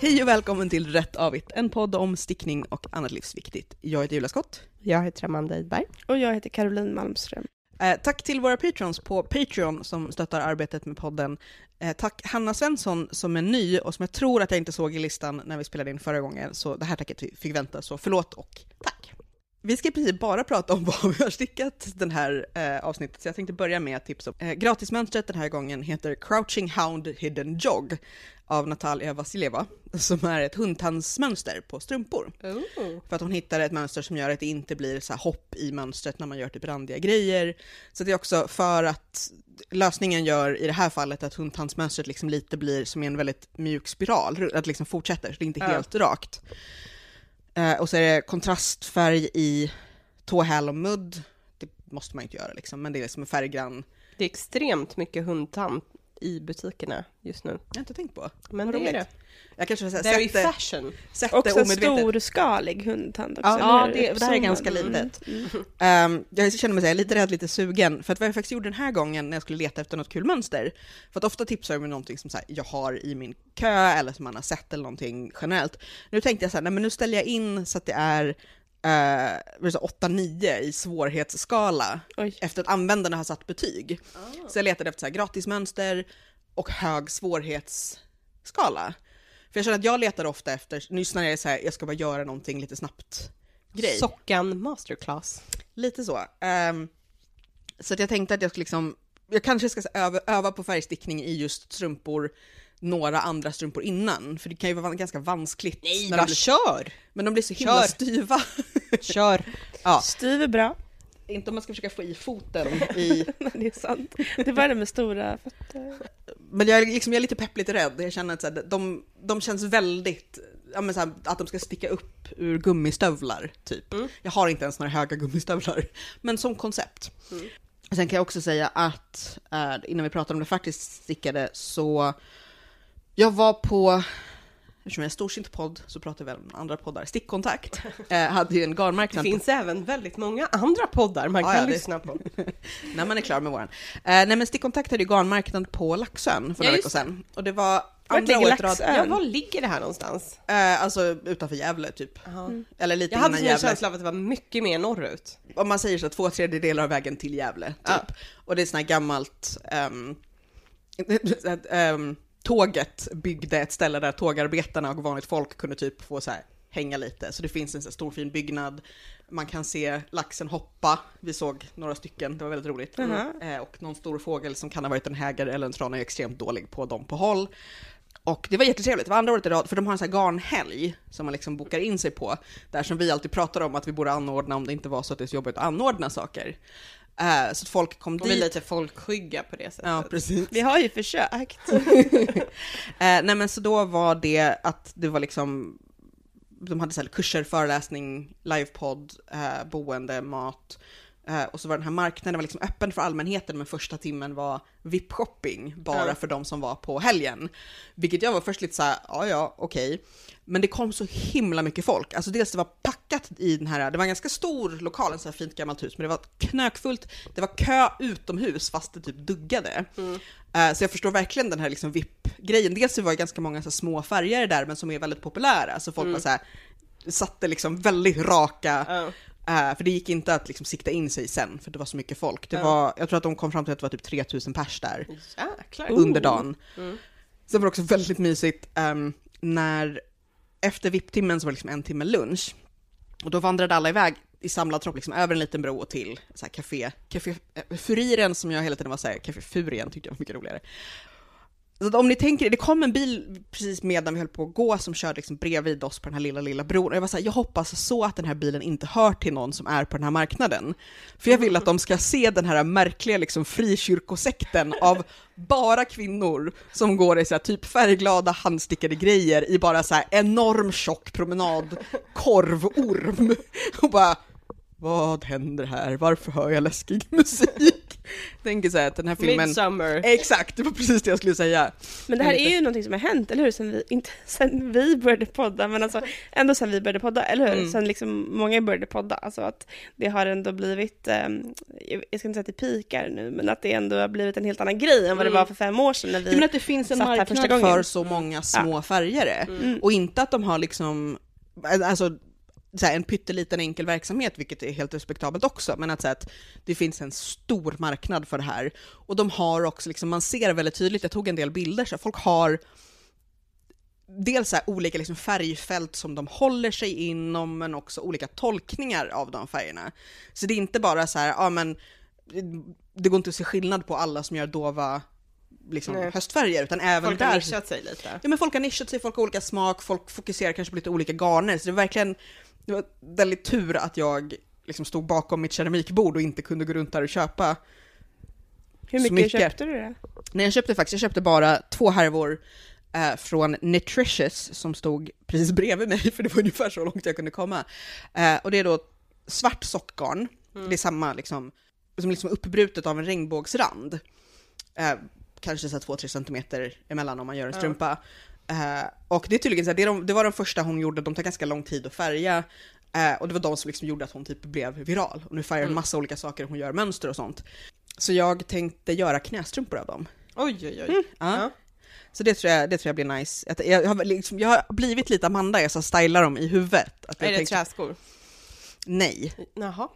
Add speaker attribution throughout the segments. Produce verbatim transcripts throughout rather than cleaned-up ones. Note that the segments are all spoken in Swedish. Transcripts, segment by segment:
Speaker 1: Hej och välkommen till Rätt Avigt, en podd om stickning och annat livsviktigt. Jag heter Julia Skott.
Speaker 2: Jag heter Amanda Idberg.
Speaker 3: Och jag heter Caroline Malmström.
Speaker 1: Eh, tack till våra patrons på Patreon som stöttar arbetet med podden. Eh, tack Hanna Svensson som är ny och som jag tror att jag inte såg i listan när vi spelade in förra gången. Så det här tacket fick vänta, så förlåt och tack. Vi ska precis bara prata om vad vi har stickat den här eh, avsnittet, så jag tänkte börja med att tipsa om. Eh, gratismönstret den här gången heter Crouching Hound Hidden Jog av Natalia Vasiljeva, som är ett hundtandsmönster på strumpor.
Speaker 2: Oh.
Speaker 1: För att hon hittar ett mönster som gör att det inte blir så här hopp i mönstret när man gör typ randiga grejer. Så det är också för att lösningen gör i det här fallet att hundtandsmönstret liksom lite blir som en väldigt mjuk spiral, att liksom fortsätter, så det är inte helt uh. rakt. Uh, och så är det kontrastfärg i tåhäl och mudd. Det måste man inte göra liksom, men det är liksom en färggrann.
Speaker 2: Det är extremt mycket hundtand i butikerna just nu.
Speaker 1: Jag har inte tänkt på.
Speaker 2: Men det är det.
Speaker 1: Jag kanske säga,
Speaker 2: Very
Speaker 1: sätter,
Speaker 2: fashion.
Speaker 1: Sätter
Speaker 3: också
Speaker 1: omedvetet.
Speaker 3: Storskalig hundtand också.
Speaker 1: Ja, ja det, det här är ganska
Speaker 3: mm.
Speaker 1: litet. Mm. Um, jag känner mig så här, lite rädd, lite sugen. För att vad jag faktiskt gjorde den här gången när jag skulle leta efter något kul mönster. För att ofta tipsar jag med någonting som så här, jag har i min kö eller som man har sett eller någonting generellt. Nu tänkte jag så här, nej men nu ställer jag in så att det är Uh, åtta nio i svårighetsskala. Oj. Efter att användarna har satt betyg. Oh. Så jag letade efter så här gratismönster och hög svårighetsskala. För jag känner att jag letar ofta efter, nyss när jag är så här, jag ska bara göra någonting lite snabbt grej.
Speaker 2: Sockan masterclass.
Speaker 1: Lite så. Um, så att jag tänkte att jag skulle liksom, jag kanske ska öva, öva på färgstickning i just strumpor, några andra strumpor innan. För det kan ju vara ganska vanskligt.
Speaker 2: Nej,
Speaker 1: när
Speaker 2: bara
Speaker 1: blir,
Speaker 2: kör!
Speaker 1: Men de blir så himla
Speaker 2: kör.
Speaker 1: styva.
Speaker 2: Kör!
Speaker 1: Ja.
Speaker 3: Styv är bra.
Speaker 1: Inte om man ska försöka få i foten i...
Speaker 3: Det är sant. Det var det med stora fötter.
Speaker 1: Men jag är, liksom, jag är lite pepp, lite rädd. Jag känner att så här, de, de känns väldigt... Ja, men så här, att de ska sticka upp ur gummistövlar, typ. Mm. Jag har inte ens några höga gummistövlar. Men som koncept. Mm. Sen kan jag också säga att äh, innan vi pratar om det faktiskt stickade så... Jag var på... Eftersom jag är en storsint podd så pratar vi väl om andra poddar. Stickkontakt eh, hade ju en garnmarknad.
Speaker 2: Det finns på... även väldigt många andra poddar man
Speaker 1: ah,
Speaker 2: kan
Speaker 1: ja,
Speaker 2: lyssna på.
Speaker 1: När man är klar med våren. Eh, nej men Stickkontakt hade ju garnmarknad på Laxön för några
Speaker 2: ja,
Speaker 1: veckor sedan. Och det var
Speaker 3: var
Speaker 1: andra året rad.
Speaker 2: Ja, var ligger det här någonstans?
Speaker 1: Eh, alltså utanför Gävle typ. Mm. Eller lite
Speaker 2: jag
Speaker 1: innan
Speaker 2: hade
Speaker 1: Gävle.
Speaker 2: en känsla av att det var mycket mer norrut.
Speaker 1: Om man säger så, två tredjedelar av vägen till Gävle typ. Ja. Och det är sån här gammalt... Um, um, tåget byggde ett ställe där tågarbetarna och vanligt folk kunde typ få så här hänga lite. Så det finns en så här stor fin byggnad. Man kan se laxen hoppa. Vi såg några stycken, det var väldigt roligt. Mm. Eh, och någon stor fågel som kan ha varit en häger eller en trana är extremt dålig på dem på håll. Och det var jättetrevligt. Det var andra året i rad, för de har en sån här garnhelg som man liksom bokar in sig på. Där som vi alltid pratar om att vi borde anordna om det inte var så att det är så jobbigt att anordna saker. Uh, så att folk kom
Speaker 2: och
Speaker 1: dit.
Speaker 2: Vi är lite folkskygga på det sättet.
Speaker 1: Ja, precis.
Speaker 3: Vi har ju försökt.
Speaker 1: uh, nej men så då var det att det var liksom, de hade så här kurser, föreläsning, livepodd, uh, boende, mat. Uh, och så var den här marknaden var liksom öppen för allmänheten, men första timmen var V I P-shopping bara ja. För de som var på helgen. Vilket jag var först lite så här, ja ja, okej. Okay. Men det kom så himla mycket folk. Alltså dels det var packat i den här, det var en ganska stor lokal, en så här fint gammalt hus, men det var knökfullt. Det var kö utomhus fast det typ duggade. Mm. Uh, så jag förstår verkligen den här liksom V I P-grejen. Dels det var det ganska många så här små färger där, men som är väldigt populära. Så folk mm. var så här, satte liksom väldigt raka... Uh. Uh, för det gick inte att liksom sikta in sig sen, för det var så mycket folk. Det var, jag tror att de kom fram till att det var typ tre tusen pers där
Speaker 2: Jäklar.
Speaker 1: under dagen. Mm. Sen var det också väldigt mysigt um, när efter V I P-timmen så var det liksom en timme lunch. Och då vandrade alla iväg i samlad tropp liksom över en liten bro och till så här café. Café äh, Furiren, som jag hela tiden var så här, Café Furien tyckte jag var mycket roligare. Så om ni tänker, det kom en bil precis medan vi höll på att gå som körde liksom bredvid oss på den här lilla, lilla bron. Och jag var så här, jag hoppas så att den här bilen inte hör till någon som är på den här marknaden. För jag vill att de ska se den här märkliga liksom frikyrkosekten av bara kvinnor som går i så här typ färgglada handstickade grejer i bara så här enorm tjock promenad, korvorm. Och bara, vad händer här? Varför hör jag läskig musik? tänker så här att den här filmen...
Speaker 2: Midsummer.
Speaker 1: Exakt, det var precis det jag skulle säga.
Speaker 3: Men det här är ju någonting som har hänt, eller hur? Sen vi, inte sen vi började podda, men alltså ändå sen vi började podda, eller hur?
Speaker 1: Mm.
Speaker 3: Sen liksom många började podda. Alltså att det har ändå blivit, um, jag ska inte säga att det pikar nu, men att det ändå har blivit en helt annan grej än vad det var för fem år sedan när vi
Speaker 1: Men att det finns en
Speaker 3: satt här första
Speaker 1: marknad
Speaker 3: gången.
Speaker 1: för så många små
Speaker 3: Ja.
Speaker 1: färgare.
Speaker 3: Mm.
Speaker 1: Och inte att de har liksom, alltså så här, en pytteliten enkel verksamhet, vilket är helt respektabelt också, men att, så här, att det finns en stor marknad för det här. Och de har också, liksom, man ser väldigt tydligt, jag tog en del bilder, så folk har dels så här, olika liksom, färgfält som de håller sig inom, men också olika tolkningar av de färgerna. Så det är inte bara så här, ja men det går inte att se skillnad på alla som gör dova liksom, höstfärger, utan även
Speaker 2: Folk
Speaker 1: där.
Speaker 2: har nischat sig lite.
Speaker 1: Ja, men folk har nischat sig, folk har olika smak, folk fokuserar kanske på lite olika garner, så det var verkligen, det var väldigt tur att jag liksom stod bakom mitt keramikbord och inte kunde gå runt där och köpa.
Speaker 3: Hur
Speaker 1: så
Speaker 3: mycket,
Speaker 1: mycket.
Speaker 3: köpte du det?
Speaker 1: Nej, jag köpte faktiskt, jag köpte bara två härvor eh, från Nutritious som stod precis bredvid mig, för det var ungefär så långt jag kunde komma. Eh, och det är då svart sockgarn, mm. det är samma liksom, som liksom uppbrutet av en regnbågsrand. Eh, kanske så två tre centimeter emellan om man gör en strumpa. Ja. Eh, och det är tydligen så här, det, de, det var de första hon gjorde, de tar ganska lång tid att färga. Eh, och det var de som liksom gjorde att hon typ blev viral. Och nu färgar hon mm. massa olika saker, hon gör mönster och sånt. Så jag tänkte göra knästrumpor av dem.
Speaker 2: Oj, oj, oj.
Speaker 1: Mm. Ja. Ja. Så det tror, jag, det tror jag blir nice. Jag, jag, har, liksom, jag har blivit lite Amanda, jag så stylar dem i huvudet. Att jag
Speaker 2: är det
Speaker 1: tänkte...
Speaker 2: träskor?
Speaker 1: Nej.
Speaker 2: Jaha.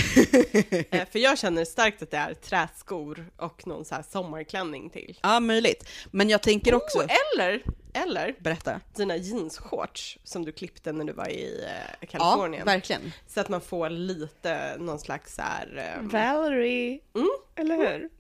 Speaker 2: eh, för jag känner starkt att det är träskor och någon så här sommarklänning till.
Speaker 1: Ja, möjligt. Men jag tänker också...
Speaker 2: Oh, eller, eller
Speaker 1: berätta.
Speaker 2: Dina jeansshorts som du klippte när du var i eh, Kalifornien.
Speaker 1: Ja, verkligen.
Speaker 2: Så att man får lite någon slags så här... Eh...
Speaker 3: Valerie,
Speaker 2: mm.
Speaker 3: eller hur?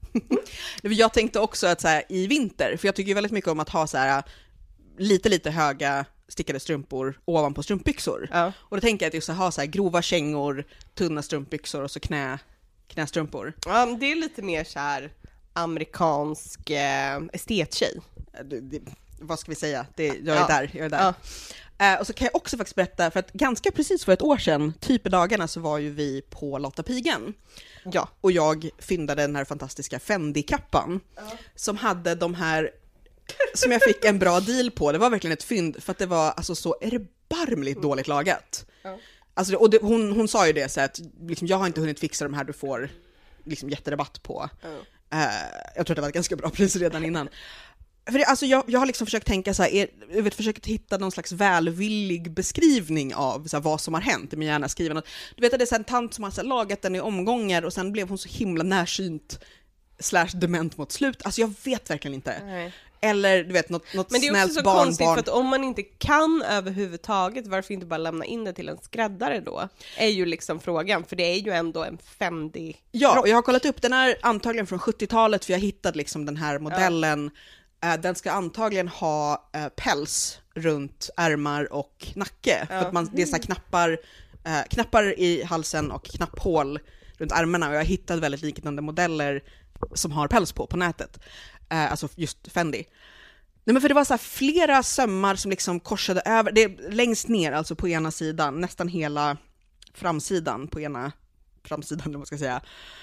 Speaker 1: Jag tänkte också att så här, i vinter, för jag tycker väldigt mycket om att ha så här lite, lite höga stickade strumpor ovanpå strumpbyxor.
Speaker 2: Ja. Och
Speaker 1: då tänker jag att jag ska ha så här grova kängor, tunna strumpbyxor och så knä, knästrumpor.
Speaker 2: Ja, det är lite mer så här amerikansk eh, estettjej.
Speaker 1: Det, det, vad ska vi säga? Det, jag är
Speaker 2: ja.
Speaker 1: där. Jag är där. Ja. Uh, och så kan jag också faktiskt berätta, för att ganska precis för ett år sedan, typ i dagarna, så var ju vi på Lotta Pigen.
Speaker 2: Ja.
Speaker 1: Och jag fyndade den här fantastiska Fendi-kappan uh. som hade de här, som jag fick en bra deal på. Det var verkligen ett fynd, för att det var alltså så erbarmligt mm. dåligt lagat. Uh. Alltså, och det, hon, hon sa ju det så att liksom, jag har inte hunnit fixa de här, du får liksom jätterabatt på. Uh. Uh, jag tror det var ett ganska bra pris redan innan. För det, alltså jag, jag har liksom försökt tänka så här, är, jag vet, försökt hitta någon slags välvillig beskrivning av så här, vad som har hänt i min hjärna, skriva något. Du vet att det är så en tant som har så här, lagat den i omgångar och sen blev hon så himla närsynt slash dement mot slut. Alltså jag vet verkligen inte.
Speaker 2: Nej.
Speaker 1: Eller du vet, något, något
Speaker 2: men det är
Speaker 1: snällt
Speaker 2: också så
Speaker 1: barn,
Speaker 2: konstigt
Speaker 1: barn.
Speaker 2: För att om man inte kan överhuvudtaget, varför inte bara lämna in det till en skräddare då? Är ju liksom frågan, för det är ju ändå en Fendi.
Speaker 1: Ja, och jag har kollat upp, den är antagligen från sjuttiotalet, för jag hittade liksom den här modellen. Ja. Den ska antagligen ha äh, päls runt ärmar och nacke. Ja. För att man, det är så här knappar, äh, knappar i halsen och knapphål runt armarna. Och jag har hittat väldigt liknande modeller som har päls på, på nätet. Äh, alltså just Fendi. Nej, men för det var så här flera sömmar som liksom korsade över, det är längst ner, alltså på ena sidan, nästan hela framsidan på ena framsidan, om man ska säga.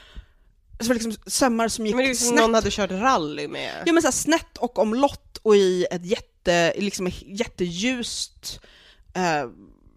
Speaker 1: Så var det liksom sömmar som gick
Speaker 2: men det är som
Speaker 1: snett.
Speaker 2: någon hade kört rally med.
Speaker 1: Ja, men så här snett och omlott och i ett jätte, liksom ett jätteljust eh,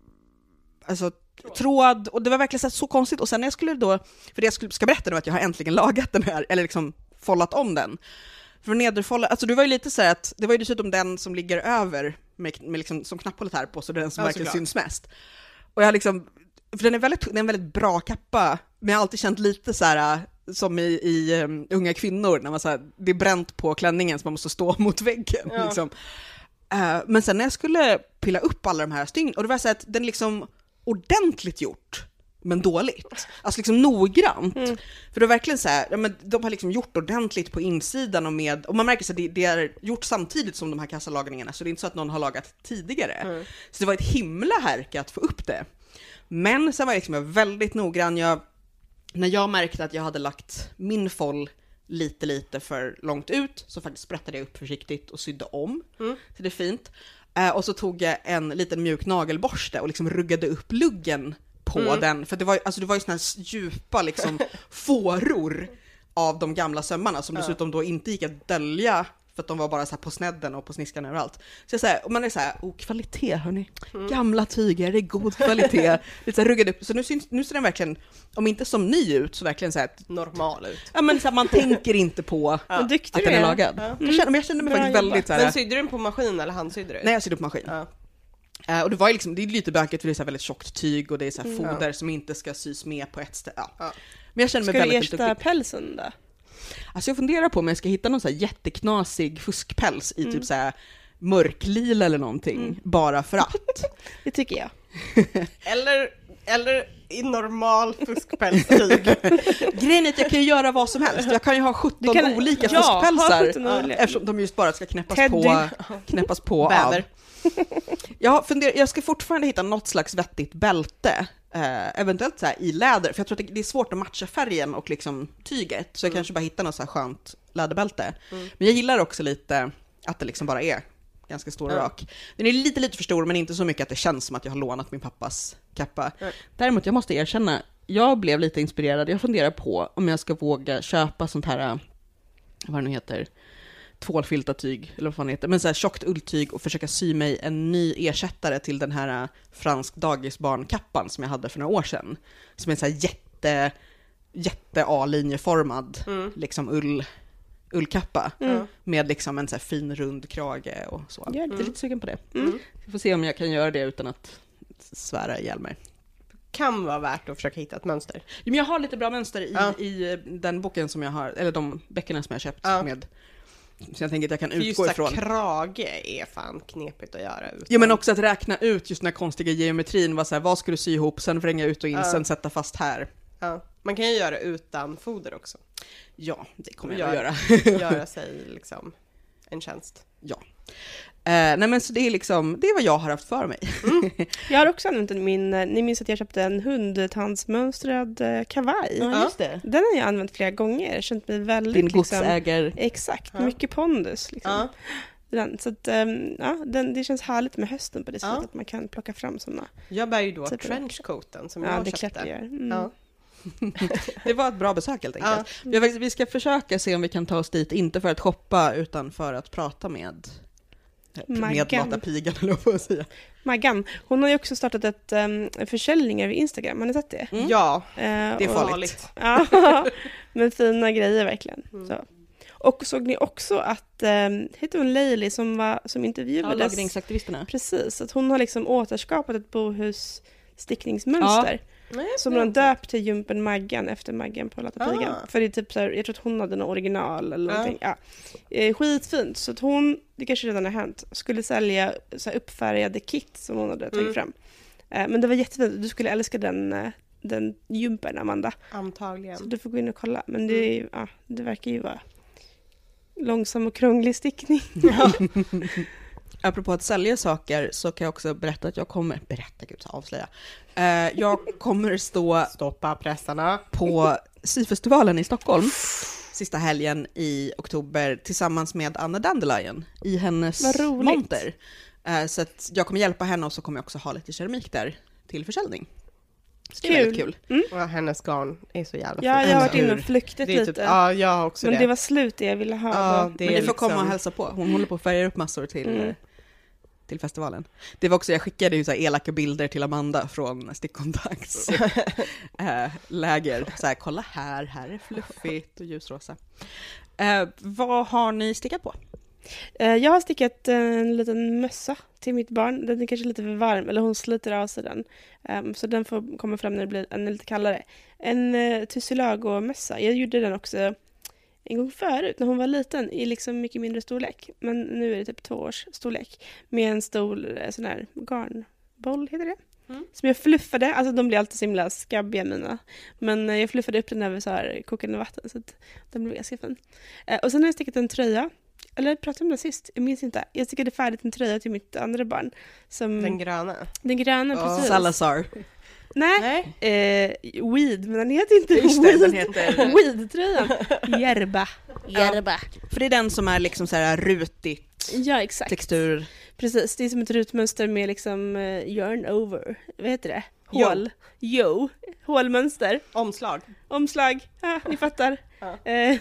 Speaker 1: alltså tråd. tråd. Och det var verkligen så, här, så konstigt. Och sen när jag skulle då, för det jag skulle, ska berätta nu att jag har äntligen lagat den här, eller liksom follat om den. För nederfolla, alltså det var ju lite så här att, det var ju dessutom den som ligger över med, med liksom, som knapphållet här på, så det är den som ja, verkligen syns mest. Och jag har liksom, för den är väldigt, den är en väldigt bra kappa, men jag har alltid känt lite så här som i, i um, Unga kvinnor, när man så här, det är bränt på klänningen så man måste stå mot väggen. Ja. Liksom. Uh, men sen när jag skulle pilla upp alla de här stygn, och det var så att den liksom ordentligt gjort, men dåligt. Alltså liksom noggrant. Mm. För det var verkligen så här, ja, men de har liksom gjort ordentligt på insidan och med, och man märker så att det, det är gjort samtidigt som de här kassalagningarna, så det är inte så att någon har lagat tidigare. Mm. Så det var ett himla härke att få upp det. Men sen var jag liksom väldigt noggrann. Jag, när jag märkte att jag hade lagt min foll lite lite för långt ut, så faktiskt sprättade jag upp försiktigt och sydde om. Mm. Så det är fint. Uh, och så tog jag en liten mjuk nagelborste och liksom ruggade upp luggen på mm. den. För det var, alltså det var ju såna här djupa liksom fåror av de gamla sömmarna som
Speaker 2: Ja.
Speaker 1: dessutom då inte gick att dölja för att de var bara så här på snedden och på sniskan överallt. Så jag säger, man är så här, oh, kvalitet hörni.
Speaker 2: Mm.
Speaker 1: Gamla tyger, det är god kvalitet. Lite så här ruggad upp. Så nu, syns, nu ser den verkligen, om inte som ny ut, så verkligen så här,
Speaker 2: Normal ut.
Speaker 1: ja men så här, man tänker inte på
Speaker 2: Ja.
Speaker 3: Vad duktig
Speaker 1: att
Speaker 3: du
Speaker 1: den är
Speaker 3: är.
Speaker 1: lagad.
Speaker 2: Ja.
Speaker 1: Jag, känner, men jag kände mig
Speaker 3: Bra
Speaker 1: faktiskt
Speaker 3: jobbat.
Speaker 1: väldigt så här,
Speaker 2: Men sydde du den på maskin eller handsydde du?
Speaker 1: nej jag sydde på maskin.
Speaker 2: Ja.
Speaker 1: Eh, och det var ju liksom, det är lite bökigt för det är så här väldigt tjockt tyg och det är så här
Speaker 3: Mm.
Speaker 1: foder som inte ska sys med på ett ställe. Ja.
Speaker 2: Ja.
Speaker 1: Men jag känner mig
Speaker 3: Ska du
Speaker 1: väldigt
Speaker 3: ersätta
Speaker 1: duktig.
Speaker 3: pälsen då?
Speaker 1: Alltså jag funderar på om jag ska hitta någon så här jätteknasig fuskpäls i
Speaker 3: Mm.
Speaker 1: typ så här mörklila eller någonting,
Speaker 3: Mm.
Speaker 1: bara för att.
Speaker 3: Det tycker jag.
Speaker 2: Eller, eller i normal fuskpälstyg.
Speaker 1: Grejen är att jag kan ju göra vad som helst. Jag kan ju ha sjutton
Speaker 3: Du kan-
Speaker 1: olika
Speaker 3: ja, ha
Speaker 1: fuskpälsar.
Speaker 3: sjutton olika.
Speaker 1: Eftersom de just bara ska knäppas
Speaker 3: Teddy.
Speaker 1: på, knäppas på av.
Speaker 2: Bäver.
Speaker 1: Jag funderar, jag ska fortfarande hitta något slags vettigt bälte. Eh, eventuellt så här i läder, för jag tror att det är svårt att matcha färgen och liksom tyget. Så jag
Speaker 2: Mm.
Speaker 1: kanske bara hittar något så här skönt läderbälte.
Speaker 2: Mm.
Speaker 1: Men jag gillar också lite att det liksom bara är ganska stor och
Speaker 2: Ja.
Speaker 1: rak. Den är lite, lite för stor, men inte så mycket att det känns som att jag har lånat min pappas kappa.
Speaker 2: Nej.
Speaker 1: Däremot, jag måste erkänna, jag blev lite inspirerad. Jag funderar på om jag ska våga köpa sånt här, äh, vad det nu heter, tvålfiltartyg, eller vad fan det heter, men så här tjockt ulltyg och försöka sy mig en ny ersättare till den här äh, fransk dagisbarnkappan som jag hade för några år sedan. Som är så här jätte, jätte A-linjeformad,
Speaker 2: Mm.
Speaker 1: liksom ull, ullkappa.
Speaker 3: Mm.
Speaker 1: Med liksom en så här fin rund krage och så.
Speaker 3: Gör det.
Speaker 1: Jag är lite sugen på det.
Speaker 3: Mm.
Speaker 1: Vi får se om jag kan göra det utan att svära ihjäl mig.
Speaker 2: Kan vara värt att försöka hitta ett mönster.
Speaker 1: Jo, men jag har lite bra mönster i,
Speaker 2: Ja.
Speaker 1: i den boken som jag har, eller de böckerna som jag har köpt
Speaker 2: Ja.
Speaker 1: med. Så jag tänker att jag kan
Speaker 2: För just
Speaker 1: utgå
Speaker 2: så här
Speaker 1: ifrån.
Speaker 2: krage är fan knepigt att göra. Utan...
Speaker 1: Ja, men också att räkna ut just den här konstiga geometrin. Vad, så här, vad ska du sy ihop, sen vränga ut och in,
Speaker 2: Ja.
Speaker 1: sen sätta fast här.
Speaker 2: Ja. Man kan ju göra utan foder också.
Speaker 1: Ja, det kommer jag
Speaker 2: Gör-
Speaker 1: att göra.
Speaker 2: Göra sig liksom en tjänst.
Speaker 1: Ja. Eh, nej men så det är liksom, det är vad jag har haft för mig.
Speaker 3: Jag har också använt en min, eh, ni minns att jag köpte en hundtandsmönstrad eh, kavaj.
Speaker 2: Ja.
Speaker 1: just det.
Speaker 3: Den har jag använt flera gånger, känt mig väldigt
Speaker 1: Din
Speaker 3: liksom,
Speaker 1: godsäger.
Speaker 3: exakt,
Speaker 2: Ja.
Speaker 3: mycket pondus liksom.
Speaker 2: Ja.
Speaker 3: Den, så att, ehm, ja, den, det känns härligt med hösten på det sättet
Speaker 2: Ja.
Speaker 3: att man kan plocka fram sådana.
Speaker 2: Jag bär ju då
Speaker 3: Typ av-
Speaker 2: trenchcoaten som
Speaker 3: Ja,
Speaker 2: jag
Speaker 3: det är klart
Speaker 2: köpte.
Speaker 3: det gör. Mm.
Speaker 2: Ja.
Speaker 1: Det var ett bra besök helt enkelt.
Speaker 2: Ja.
Speaker 1: Vi, har faktiskt, vi ska försöka se om vi kan ta oss dit, inte för att shoppa, utan för att prata med med
Speaker 3: Maggan.
Speaker 1: Lata-pigan, eller vad jag säga.
Speaker 3: Maggan, hon har ju också startat ett, um, försäljning över Instagram, har ni sett det?
Speaker 1: Mm.
Speaker 2: Ja,
Speaker 3: Eh,
Speaker 1: Det är
Speaker 3: och-
Speaker 1: farligt.
Speaker 3: Ja, med fina grejer verkligen.
Speaker 2: Mm.
Speaker 3: Så. Och såg ni också att, um, heter hon Leili som, var, som
Speaker 1: Ja,
Speaker 3: intervjuades?
Speaker 1: lagringsaktivisterna.
Speaker 3: Precis, att hon har liksom återskapat ett bohusstickningsmönster.
Speaker 2: Nej,
Speaker 3: Som
Speaker 2: det
Speaker 3: hon
Speaker 2: är
Speaker 3: har
Speaker 2: inte.
Speaker 3: döpt till Jumpen Maggan efter Maggan på Lata-pigan.
Speaker 2: Ah.
Speaker 3: För det är typ så här, jag tror att hon hade någon original eller
Speaker 2: Ja.
Speaker 3: någonting. Ja. Eh, skitfint. Så att hon, det kanske redan har hänt, skulle sälja så här uppfärgade kit som hon hade tagit
Speaker 2: Mm.
Speaker 3: fram. Eh, men det var jättefint. Du skulle älska den, eh, den Jumpen, Amanda.
Speaker 2: Antagligen.
Speaker 3: Så du får gå in och kolla. Men det, är ju, ja, det verkar ju vara långsam och krånglig stickning.
Speaker 2: Ja.
Speaker 1: Apropå att sälja saker så kan jag också berätta att jag kommer, berätta gud så avslöja. Eh, jag kommer stå
Speaker 2: Stoppa pressarna.
Speaker 1: på syfestivalen i Stockholm sista helgen i oktober tillsammans med Anna Dandelion i hennes
Speaker 3: Vad roligt.
Speaker 1: monter. Eh, så att jag kommer hjälpa henne och så kommer jag också ha lite keramik där till försäljning. Så det är
Speaker 3: Kul.
Speaker 1: väldigt kul.
Speaker 2: Och hennes garn är så jävla
Speaker 3: Ja,
Speaker 2: fint.
Speaker 3: jag har varit
Speaker 1: Eller
Speaker 3: inne
Speaker 1: hur?
Speaker 3: och flyktat
Speaker 2: Det är
Speaker 3: lite.
Speaker 2: typ, ja, jag har också
Speaker 3: men
Speaker 2: det.
Speaker 3: det var slut det jag ville ha.
Speaker 2: Ja,
Speaker 3: då.
Speaker 2: det
Speaker 1: Men
Speaker 2: är
Speaker 1: du får komma och
Speaker 2: liksom-
Speaker 1: hälsa på. Hon håller på att färga upp massor till,
Speaker 3: Mm.
Speaker 1: eh, till festivalen. Det var också, jag skickade ju så här elaka bilder till Amanda från Stickkontakts eh, läger. Så här, kolla här, här är fluffigt och ljusrosa. Eh, vad har ni stickat på?
Speaker 3: Eh, Jag har stickat en liten mössa till mitt barn. Den är kanske lite för varm, eller hon sliter av sig den. Um, så den får komma fram när det blir en lite kallare. En uh, Tussilago-mössa. Jag gjorde den också en gång förut när hon var liten i liksom mycket mindre storlek. Men nu är det typ två års storlek. Med en stor eh, sån här garnboll, heter det?
Speaker 2: Mm.
Speaker 3: Som jag fluffade, alltså de blir alltid så himla skabbiga mina. Men eh, jag fluffade upp den över så här kokande vatten så att den blev ganska fin. Eh, och sen har jag stickat en tröja. Eller pratade om det sist? Jag minns inte. Jag stickade färdigt en tröja till mitt andra barn. Som,
Speaker 2: Den
Speaker 3: den,
Speaker 2: gröna.
Speaker 3: gröna,
Speaker 2: Ja.
Speaker 3: precis.
Speaker 1: Salazar.
Speaker 3: Nej,
Speaker 2: Nej.
Speaker 3: eh, Weed, men den heter inte
Speaker 1: Just det,
Speaker 3: Weed.
Speaker 1: den heter...
Speaker 3: Weed-tröjan. Järba.
Speaker 1: Järba. För det är den som är liksom så här rutigt
Speaker 3: Ja, exakt.
Speaker 1: textur.
Speaker 3: Precis, det är som ett rutmönster med liksom uh, yarn over. Vad heter det?
Speaker 2: Jo.
Speaker 3: Hål. Jo. Hålmönster.
Speaker 2: Omslag.
Speaker 3: omslag, ah, ni fattar.
Speaker 2: Ja.
Speaker 3: Eh,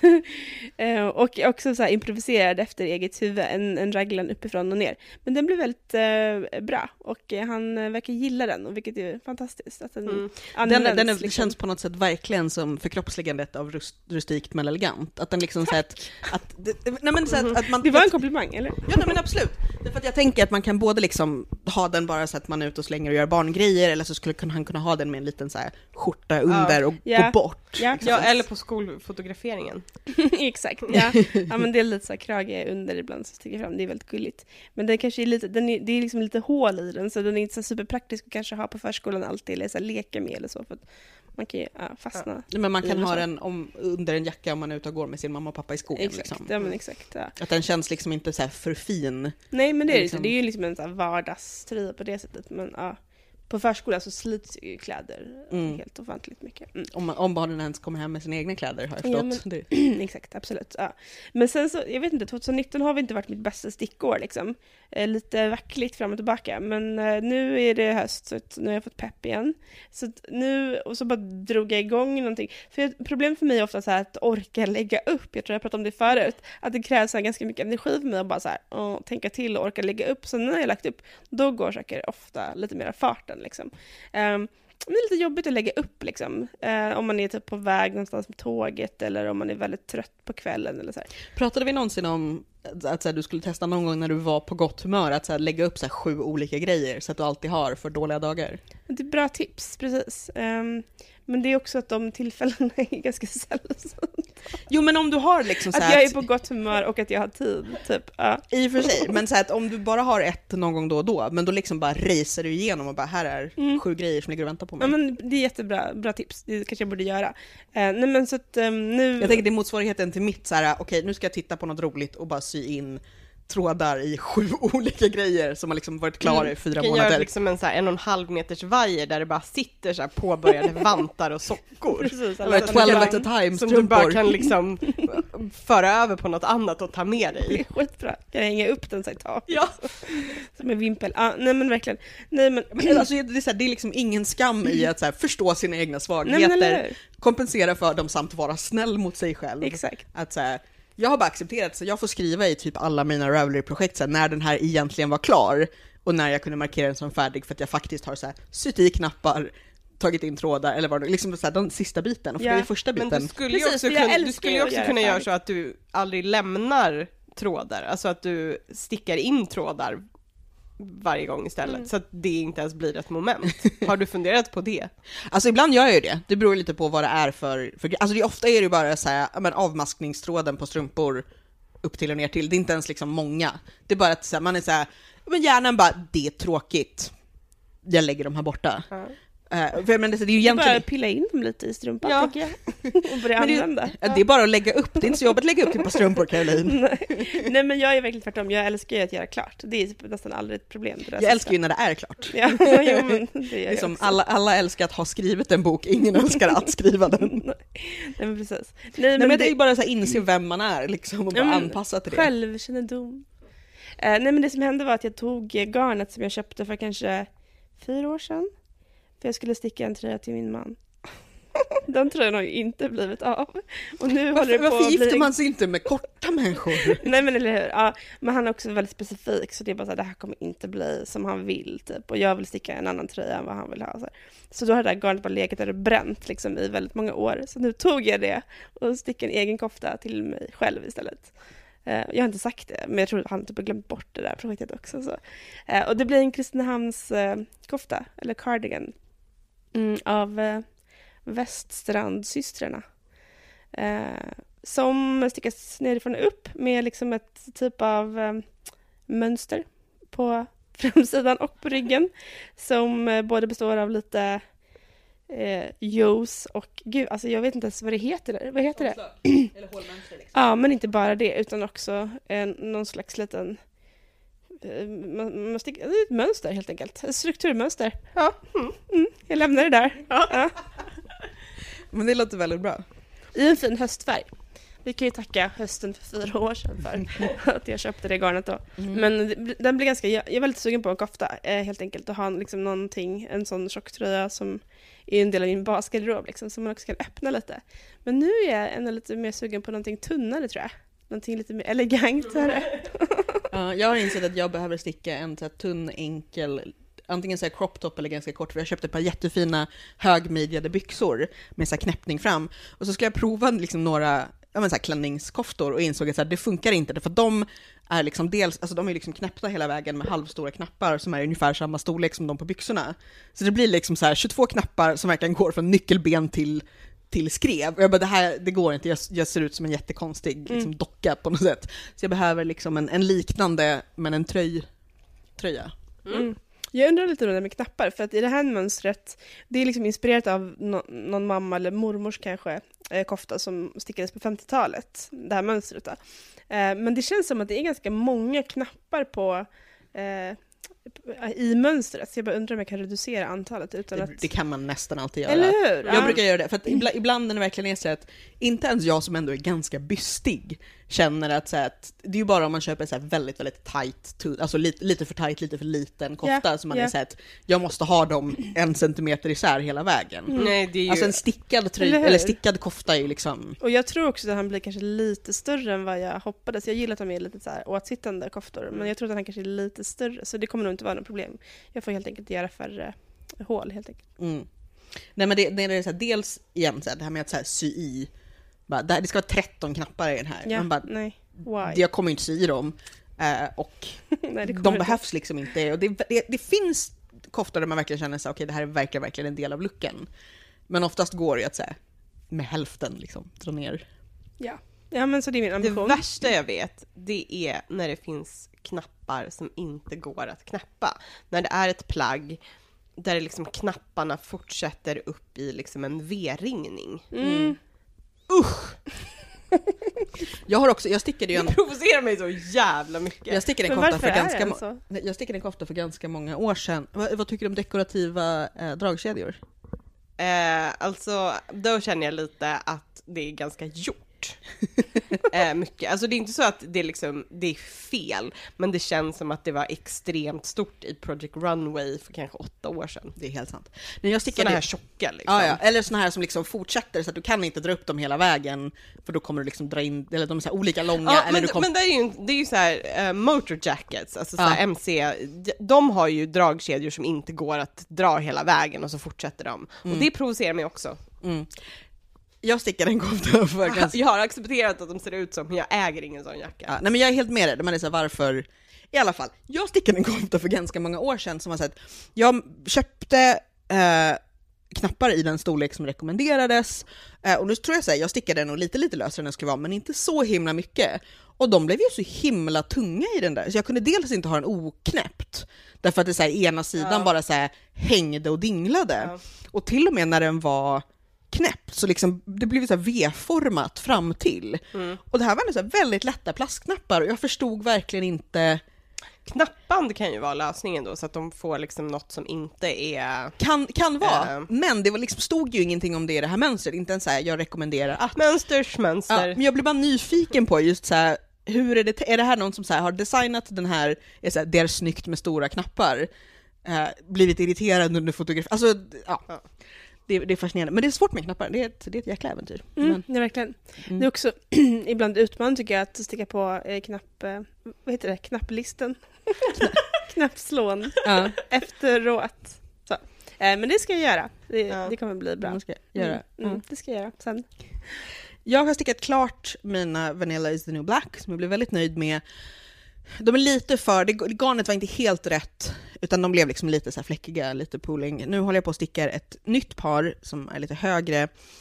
Speaker 3: eh, och också så här improviserad efter eget huvud, en, en raglan uppifrån och ner. Men den blev väldigt eh, bra och eh, han eh, verkar gilla den, och vilket är fantastiskt. Att den
Speaker 2: Mm.
Speaker 1: Den, den är,
Speaker 3: liksom.
Speaker 1: känns på något sätt verkligen som förkroppsligandet av rust, rustikt men elegant. Att den liksom så att, att, det, nej men så att, att man...
Speaker 3: Det var en komplimang, eller?
Speaker 1: Ja, nej, men absolut. Därför att jag tänker att man kan både liksom ha den bara så att man är ute och slänger och gör barngrejer, eller så skulle han kunna ha den med en liten så här skjorta under och
Speaker 3: Ja.
Speaker 1: gå bort.
Speaker 3: Ja,
Speaker 2: Ja, eller på skolfotograferingen.
Speaker 3: exakt. Ja. Ja, men det är lite så här krage under ibland som sticker fram. Det är väldigt gulligt. Men det kanske är lite, den är, det är liksom lite hål i den, så den är inte så superpraktisk att kanske ha på förskolan alltid, eller så här leka med eller så, för att man kan ju ja, fastna.
Speaker 1: Ja, men man kan
Speaker 3: i
Speaker 1: ha
Speaker 3: så.
Speaker 1: den om, under en jacka om man är ute och går med sin mamma och pappa i skogen.
Speaker 3: Exakt,
Speaker 1: Liksom.
Speaker 3: ja men exakt. Ja.
Speaker 1: Att den känns liksom inte så här för fin.
Speaker 3: Nej, men det är,
Speaker 1: Liksom-
Speaker 3: liksom... det är ju liksom en så här vardagströja på det sättet, men ja. På förskolan så slits ju kläder
Speaker 1: Mm.
Speaker 3: helt ofantligt mycket. Mm.
Speaker 1: Om, man, om barnen ens kommer hem med sina egna kläder, har jag
Speaker 3: Ja,
Speaker 1: förstått. Det-
Speaker 3: Exakt, absolut. Ja. Men sen så, jag vet inte, tjugonitton har vi inte varit mitt bästa stickår liksom. Eh, lite vackligt fram och tillbaka. Men eh, nu är det höst, så att nu har jag fått pepp igen. Så att nu, och så bara drog jag igång någonting. För jag, problemet för mig är ofta så här att orka lägga upp. Jag tror jag pratade om det förut. Att det krävs så här ganska mycket energi för mig att bara så här, åh, tänka till och orka lägga upp. Så när jag har lagt upp, då går saker ofta lite mer farten liksom. Um, det är lite jobbigt att lägga upp liksom. Uh, om man är typ på väg någonstans med tåget, eller om man är väldigt trött på kvällen eller så här.
Speaker 1: Pratade vi någonsin om att så här, du skulle testa någon gång när du var på gott humör att så här, lägga upp så här, sju olika grejer så att du alltid har för dåliga dagar?
Speaker 3: Det är bra tips, precis. Um, men det är också att de tillfällena är ganska sällsynta.
Speaker 1: Jo, men om du har liksom så
Speaker 3: Att
Speaker 1: här,
Speaker 3: jag är på gott humör och att jag har tid, typ. Ja.
Speaker 1: i och för sig, men så här, att om du bara har ett någon gång då och då, men då liksom bara racer du igenom och bara, här är
Speaker 3: Mm.
Speaker 1: sju grejer som ligger och väntar på mig.
Speaker 3: Ja, men det är jättebra bra tips. Det kanske jag borde göra. Uh, nej, men så att um, nu...
Speaker 1: Jag tänker det är motsvarigheten till mitt så här, okej, nu ska jag titta på något roligt och bara sy in trådar i sju olika grejer som har liksom varit klara
Speaker 3: Mm.
Speaker 1: i fyra
Speaker 2: Du kan
Speaker 1: månader.
Speaker 2: göra liksom en, så här, en och en halv meters vajer där det bara sitter så här påbörjade vantar och sockor.
Speaker 3: Precis,
Speaker 1: Eller
Speaker 3: alla
Speaker 1: twelve
Speaker 3: sådana-
Speaker 1: at a time
Speaker 2: Som du bara
Speaker 1: strumpor.
Speaker 2: kan liksom föra över på något annat och ta med
Speaker 3: Det
Speaker 2: dig.
Speaker 3: är skitbra. Kan jag hänga upp den så här i taket?
Speaker 2: Ja.
Speaker 3: Som en vimpel. Ja, nej men verkligen. Nej men...
Speaker 1: Men alltså, det, är så här, det är liksom ingen skam i att så här, förstå sina egna
Speaker 3: Nej, men
Speaker 1: svagheter,
Speaker 3: eller hur?
Speaker 1: kompensera för dem samt vara snäll mot sig själv.
Speaker 3: Exakt.
Speaker 1: Att så här, jag har bara accepterat, så jag får skriva i typ alla mina Ravelry-projekt så här, när den här egentligen var klar och när jag kunde markera den som färdig, för att jag faktiskt har så här, sytt i knappar, tagit in trådar eller vad det liksom så här, den sista biten, och för
Speaker 3: Ja,
Speaker 1: det är första
Speaker 2: Men
Speaker 1: biten.
Speaker 2: du skulle ju
Speaker 3: Precis,
Speaker 2: också
Speaker 3: för jag
Speaker 2: kunna, du
Speaker 3: älskar
Speaker 2: skulle ju
Speaker 3: att
Speaker 2: också
Speaker 3: göra
Speaker 2: kunna göra
Speaker 3: färdigt.
Speaker 2: så att du aldrig lämnar trådar, alltså att du stickar in trådar varje gång istället,
Speaker 3: Mm.
Speaker 2: så att det inte ens blir ett moment. Har du funderat på det?
Speaker 1: Alltså ibland gör jag ju det, det beror lite på vad det är för, för alltså det, ofta är det ju bara så här, ja, men avmaskningstråden på strumpor upp till och ner till, det är inte ens liksom många, det är bara att så här, man är så här, men hjärnan bara, det är tråkigt, jag lägger dem här borta.
Speaker 2: Ja.
Speaker 1: Uh, för, men det, det är ju
Speaker 3: Jag bara
Speaker 1: egentligen
Speaker 3: pilla in dem lite i strumpan,
Speaker 2: Ja.
Speaker 3: tänker jag. Och börja
Speaker 1: Men det,
Speaker 3: använda.
Speaker 1: ja, det är bara att lägga upp, det är inte så jobbigt att lägga upp ett par strumpor, Caroline.
Speaker 3: Nej. Nej, men jag är verkligen tvärtom. Jag älskar ju att göra klart. Det är typ nästan aldrid ett problem. Det där
Speaker 1: Jag älskar ju när det är klart.
Speaker 3: Ja, jo, men det gör jag
Speaker 1: Liksom,
Speaker 3: också.
Speaker 1: alla, alla älskar att ha skrivit en bok, ingen älskar att skriva den.
Speaker 3: Nej, men precis. Nej,
Speaker 1: Nej, men det är
Speaker 3: det
Speaker 1: ju bara så här, inse vem man är liksom, och bara
Speaker 3: Ja, men
Speaker 1: anpassa till det.
Speaker 3: självkännedom. Eh, nej, men det som hände var att jag tog eh, garnet som jag köpte för kanske fyra år sedan. För jag skulle sticka en tröja till min man. Den tröjan har ju inte blivit av. Och nu håller
Speaker 1: Varför,
Speaker 3: det på
Speaker 1: varför
Speaker 3: att
Speaker 1: gifter
Speaker 3: bli...
Speaker 1: man sig inte med korta människor?
Speaker 3: Nej, men eller hur? Ja, men han är också väldigt specifik, så det är bara så här, det här kommer inte bli som han vill typ. Och jag vill sticka en annan tröja än vad han vill ha. Så, här. Så då har det här garnet bara legat där och bränt liksom, i väldigt många år. Så nu tog jag det och stickade en egen kofta till mig själv istället. Uh, jag har inte sagt det, men jag tror att han typ har glömt bort det där projektet också. Så. Uh, och det blir en Kristinehamns uh, kofta, eller cardigan, mm, av uh, Väststrandsystrarna. Uh, som stickas nerifrån och upp med liksom ett typ av um, mönster på framsidan och på ryggen, som uh, både består av lite uh, jos och gud, alltså jag vet inte ens vad det heter. Vad heter det?
Speaker 1: Eller hålmönster liksom.
Speaker 3: Ja, men inte bara det, utan också en, någon slags liten eh, man, man sticker, det är ett mönster helt enkelt. Ett strukturmönster.
Speaker 2: Ja. Mm.
Speaker 3: Mm, jag lämnar det där. Ja.
Speaker 1: Men det låter väldigt bra.
Speaker 3: I en fin höstfärg. Vi kan ju tacka hösten för fyra år sedan för att jag köpte det garnet då. Mm. Men det, den blir ganska, jag är väldigt sugen på en kofta, eh, helt enkelt. Att ha liksom någonting, en sån tjocktröja som är en del av min basgarderob liksom, som man också kan öppna lite. Men nu är jag ändå lite mer sugen på någonting tunnare, tror jag. Någonting lite mer elegantare.
Speaker 1: Ja, jag har insett att jag behöver sticka en så här tunn, enkel, antingen så här crop top eller ganska kort, för jag köpte ett par jättefina högmidjade byxor med så här knäppning fram. Och så skulle jag prova liksom några ja, men så här klänningskoftor och insåg att så här, det funkar inte, för de är liksom dels, alltså de är liksom knäppta hela vägen med halvstora knappar som är ungefär samma storlek som de på byxorna. Så det blir liksom så här tjugotvå knappar som verkligen går från nyckelben till till skrev. Och jag bara, det här, det går inte. Jag, jag ser ut som en jättekonstig liksom, mm. docka på något sätt. Så jag behöver liksom en, en liknande, men en tröj, tröja.
Speaker 3: Mm. Mm. Jag undrar lite om det med knappar, för att i det här mönstret, det är liksom inspirerat av no, någon mamma eller mormors kanske eh, kofta som stickades på femtiotalet, det här mönstret då. Eh, men det känns som att det är ganska många knappar på eh, i mönstret, så jag bara undrar om jag kan reducera antalet utan
Speaker 1: det,
Speaker 3: att...
Speaker 1: Det kan man nästan alltid göra.
Speaker 3: Eller hur?
Speaker 1: Jag ja. brukar göra det, för att ibland, ibland när det verkligen är så att inte ens jag som ändå är ganska bystig känner att, så att det är ju bara om man köper så här väldigt, väldigt tight, alltså lite, lite för tight, lite för liten kofta yeah, som man yeah. är så att jag måste ha dem en centimeter isär hela vägen.
Speaker 2: Mm. Nej, det är ju...
Speaker 1: Alltså en stickad tröj, eller, eller stickad kofta är ju liksom...
Speaker 3: Och jag tror också att han blir kanske lite större än vad jag hoppades. Jag gillar att de är lite så här åtsittande koftor, men jag tror att han kanske är lite större, så det kommer nog inte vara något problem. Jag får helt enkelt göra färre hål helt enkelt.
Speaker 1: Mm. Nej, men det, det är så här, dels igen så här, det här med att så här, sy i bara, det ska vara tretton knappar i den här.
Speaker 3: Ja,
Speaker 1: man bara,
Speaker 3: nej. Why?
Speaker 1: Jag kommer inte sy i dem eh, och
Speaker 3: nej, det
Speaker 1: de behövs liksom inte. Och det, det, det finns koftor där man verkligen känner sig okej, okay, det här är verkligen, verkligen en del av looken. Men oftast går det att säga med hälften liksom dra ner.
Speaker 3: Ja. Ja, men så det är min ambition.
Speaker 2: Det värsta jag vet, det är när det finns knappar som inte går att knäppa. När det är ett plagg där liksom knapparna fortsätter upp i liksom en V-ringning.
Speaker 3: Mm.
Speaker 2: Usch!
Speaker 1: Jag har också, jag stickade ju en...
Speaker 2: Det provocerar mig så jävla mycket.
Speaker 1: Jag stickade en kofta för ganska
Speaker 3: må- så?
Speaker 1: Jag stickade en kofta för ganska många år sedan. Vad, vad tycker du om dekorativa eh, dragkedjor?
Speaker 2: Eh, alltså, då känner jag lite att det är ganska gjort. eh, mycket. Alltså det är inte så att det, liksom, det är fel, men det känns som att det var extremt stort i Project Runway för kanske åtta år sedan.
Speaker 1: Det är helt sant. Men jag stickade...
Speaker 2: Såna här tjocka liksom.
Speaker 1: Ja, ja. Eller såna här som liksom fortsätter så att du kan inte dra upp dem hela vägen, för då kommer du liksom dra in, eller de är så här olika långa.
Speaker 2: Ja,
Speaker 1: eller
Speaker 2: men,
Speaker 1: du kom...
Speaker 2: men det är ju, det är ju så här uh, motor jackets, alltså så här
Speaker 1: ja.
Speaker 2: M C, de har ju dragkedjor som inte går att dra hela vägen och så fortsätter de. Mm. Och det provocerar mig också.
Speaker 1: Mm. Jag stickade en kofta för ganska...
Speaker 2: Jag har accepterat att de ser ut som, men jag äger ingen sån jacka.
Speaker 1: Ja, nej, men jag är helt med det. Man är så här, varför... I alla fall, jag stickade en kofta för ganska många år sedan som var så att jag köpte eh, knappar i den storlek som rekommenderades. Eh, och nu tror jag så här, jag stickade den nog lite, lite lösare än den skulle vara, men inte så himla mycket. Och de blev ju så himla tunga i den där. Så jag kunde dels inte ha den oknäppt. Därför att det så här, ena sidan ja. bara så här, hängde och dinglade. Ja. Och till och med när den var knäppt så liksom, det blev så här V-format fram till. Mm. Och det här var så här väldigt lätta plastknappar och jag förstod verkligen inte...
Speaker 2: Knappband kan ju vara lösningen då, så att de får liksom något som inte är...
Speaker 1: Kan, kan vara, äh... men det var liksom, stod ju ingenting om det i det här mönstret. Inte ens så här, jag rekommenderar att...
Speaker 2: Mönsters mönster.
Speaker 1: Ja, men jag blev bara nyfiken på just så här, hur är det, är det här någon som så här, har designat den här, är så här, det är snyggt med stora knappar, eh, blivit irriterad under fotografi, alltså ja. ja. Det, det är fascinerande, men det är svårt med knappar, det är ett, det är ett jäkla äventyr.
Speaker 3: Mm,
Speaker 1: men...
Speaker 3: det är verkligen. Mm. Det är också ibland utmanande tycker jag att sticka på eh, knapp, eh, vad heter det, knapplisten. Knappslån
Speaker 1: ja.
Speaker 3: efteråt. Så. Eh, men det ska jag göra, det,
Speaker 1: ja.
Speaker 3: det kommer bli bra.
Speaker 1: Det ska jag göra.
Speaker 3: Mm. Mm, det ska jag göra sen.
Speaker 1: Jag har stickat klart mina Vanilla is the new black som jag blev väldigt nöjd med. De är lite för, det, garnet var inte helt rätt, utan de blev liksom lite så här fläckiga, lite pooling. Nu håller jag på att sticka ett nytt par som är lite högre,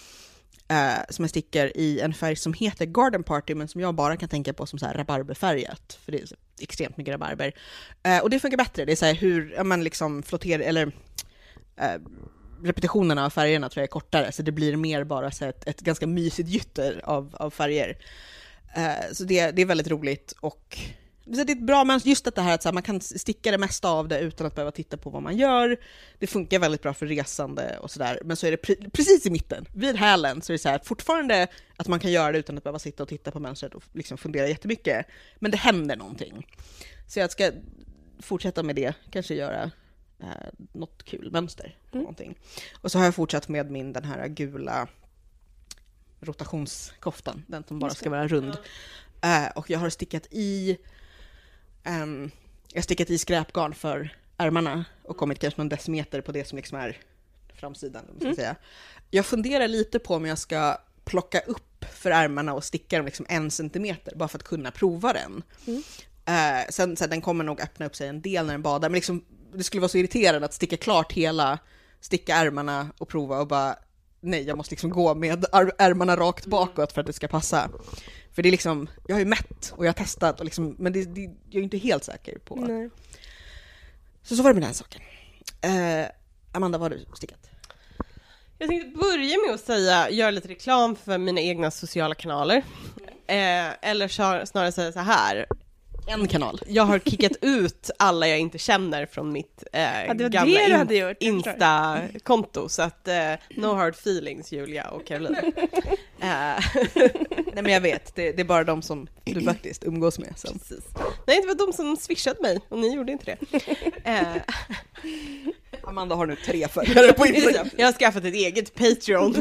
Speaker 1: eh, som jag stickar i en färg som heter Garden Party, men som jag bara kan tänka på som så här rabarberfärgat, för det är så extremt mycket rabarber. Eh, och det funkar bättre, det är så här hur ja, man liksom flotterar, eller eh, repetitionerna av färgerna tror jag är kortare, så det blir mer bara så ett, ett ganska mysigt gytter av, av färger. Eh, så det, det är väldigt roligt och Så det är ett bra mönster, just det här att så här, man kan sticka det mesta av det utan att behöva titta på vad man gör. Det funkar väldigt bra för resande och sådär. Men så är det pre- precis i mitten, vid hälen, så är det så här, fortfarande att man kan göra det utan att behöva sitta och titta på mönstret och liksom fundera jättemycket. Men det händer någonting. Så jag ska fortsätta med det, kanske göra eh, något kul mönster. Mm. Någonting. Och så har jag fortsatt med min den här gula rotationskoftan, den som bara ska vara rund. Ja. Uh, och jag har stickat i um, jag har stickat i skräpgarn för ärmarna och kommit kanske någon decimeter på det som liksom är framsidan. Ska mm. säga. Jag funderar lite på om jag ska plocka upp för ärmarna och sticka dem liksom en centimeter bara för att kunna prova den. Mm. Uh, sen, sen den kommer nog öppna upp sig en del när den badar, men liksom, det skulle vara så irriterande att sticka klart hela, sticka ärmarna och prova och bara nej, jag måste liksom gå med ärmarna rakt bakåt för att det ska passa. För det är liksom, jag har ju mätt och jag har testat och liksom, men det, det, jag är inte helt säker på.
Speaker 3: Nej.
Speaker 1: Så så var det med den saken. Uh, Amanda, vad har du stickat?
Speaker 2: Jag tänkte börja med att säga, göra lite reklam för mina egna sociala kanaler. Eh, eller snarare säga så här.
Speaker 1: En kanal.
Speaker 2: Jag har kickat ut alla jag inte känner från mitt eh,
Speaker 3: ja, det var
Speaker 2: gamla
Speaker 3: det du hade gjort,
Speaker 2: Insta-konto. Så att, eh, no hard feelings, Julia och Caroline. eh.
Speaker 1: Nej, men jag vet, det, det är bara de som du faktiskt umgås med. Som.
Speaker 2: Precis. Nej, det var de som swishade mig och ni gjorde inte det. eh.
Speaker 1: Amanda har nu tre följare på Instagram.
Speaker 2: Jag har skaffat ett eget Patreon.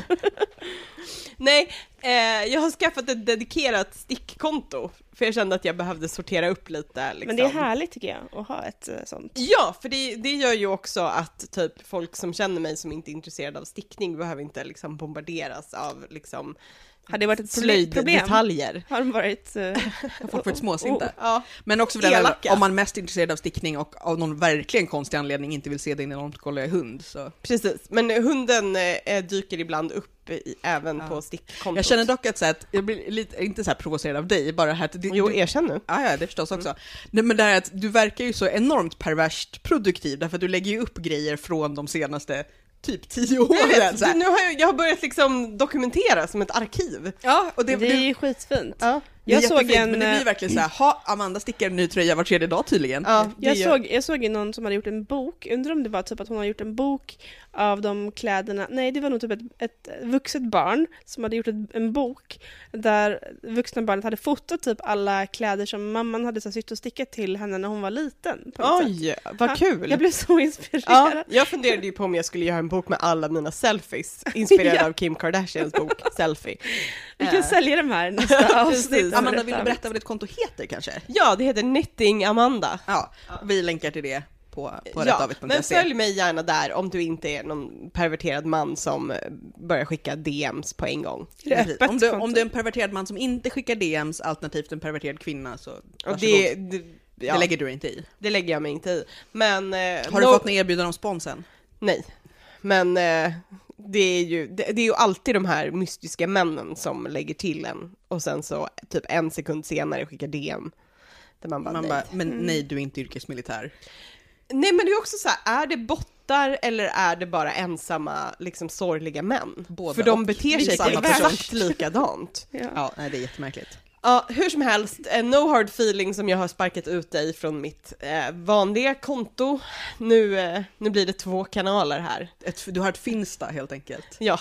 Speaker 2: Nej, eh, jag har skaffat ett dedikerat stickkonto. För jag kände att jag behövde sortera upp lite. Liksom.
Speaker 3: Men det är härligt tycker jag att ha ett uh, sånt.
Speaker 2: Ja, för det, det gör ju också att typ folk som känner mig som inte är intresserade av stickning behöver inte liksom bombarderas av liksom
Speaker 3: har det varit ett
Speaker 2: slöjddetaljer.
Speaker 3: Har de varit... Uh,
Speaker 1: har folk varit småsinta?
Speaker 2: Oh, ja.
Speaker 1: Men också för det, om man är mest intresserad av stickning och av någon verkligen konstig anledning inte vill se din enormt kolliga hund. Så.
Speaker 2: Precis, men hunden eh, dyker ibland upp i, även ja. på stickkontot.
Speaker 1: Jag känner dock att, så att jag blir lite, inte så här provocerad av dig, bara här att du,
Speaker 2: jo, erkänn nu.
Speaker 1: Ja, ja, det förstås också. Mm. Nej, men det är att du verkar ju så enormt perverst produktiv, därför att du lägger ju upp grejer från de senaste typ tio år.
Speaker 2: Vet, så nu har jag, jag har börjat liksom dokumentera som ett arkiv.
Speaker 3: Ja, och det, det är ju skitfint.
Speaker 2: Ja.
Speaker 1: Jag såg en... Men det blir verkligen så här, ha, Amanda stickar en ny tröja var tredje dag tydligen.
Speaker 3: Ja, jag, såg, jag såg någon som hade gjort en bok, undrar om det var typ att hon har gjort en bok av de kläderna, nej det var nog typ ett, ett vuxet barn som hade gjort ett, en bok där vuxna barnet hade fotat typ alla kläder som mamman hade så sytt och stickat till henne när hon var liten.
Speaker 2: Oj, vad ja, kul!
Speaker 3: Jag blev så inspirerad.
Speaker 2: Ja, jag funderade ju på om jag skulle göra en bok med alla mina selfies, inspirerad ja. av Kim Kardashians bok Selfie.
Speaker 3: Vi kan uh. sälja dem här nästa avsnitt.
Speaker 1: Amanda, vill du berätta vad ditt konto heter kanske?
Speaker 2: Ja, det heter Knitting Amanda.
Speaker 1: Ja, vi länkar till det på, på
Speaker 2: ja,
Speaker 1: rättavit punkt se.
Speaker 2: Men följ mig gärna där om du inte är någon perverterad man som börjar skicka D Ms på en gång.
Speaker 1: Om du, om du är en perverterad man som inte skickar D Ms, alternativt en perverterad kvinna, så
Speaker 2: och det, det, ja,
Speaker 1: det lägger du inte i.
Speaker 2: Det lägger jag mig inte i. Men, eh,
Speaker 1: har
Speaker 2: no...
Speaker 1: du fått en erbjudande om sponsen?
Speaker 2: Nej, men... Eh, Det är, ju, det, det är ju alltid de här mystiska männen som lägger till en och sen så typ en sekund senare skickar D M där man bara,
Speaker 1: man
Speaker 2: nej.
Speaker 1: bara men nej, du är inte yrkesmilitär.
Speaker 2: Nej, men det är också så här, är det bottar eller är det bara ensamma liksom sorgliga män? Båda. För de beter sig exakt likadant.
Speaker 1: Ja, ja, nej, det är jättemärkligt.
Speaker 2: Ja, hur som helst, no hard feeling som jag har sparkat ut dig från mitt eh, vanliga konto. Nu, eh, nu blir det två kanaler här.
Speaker 1: Ett, du har ett Finsta helt enkelt.
Speaker 2: Ja.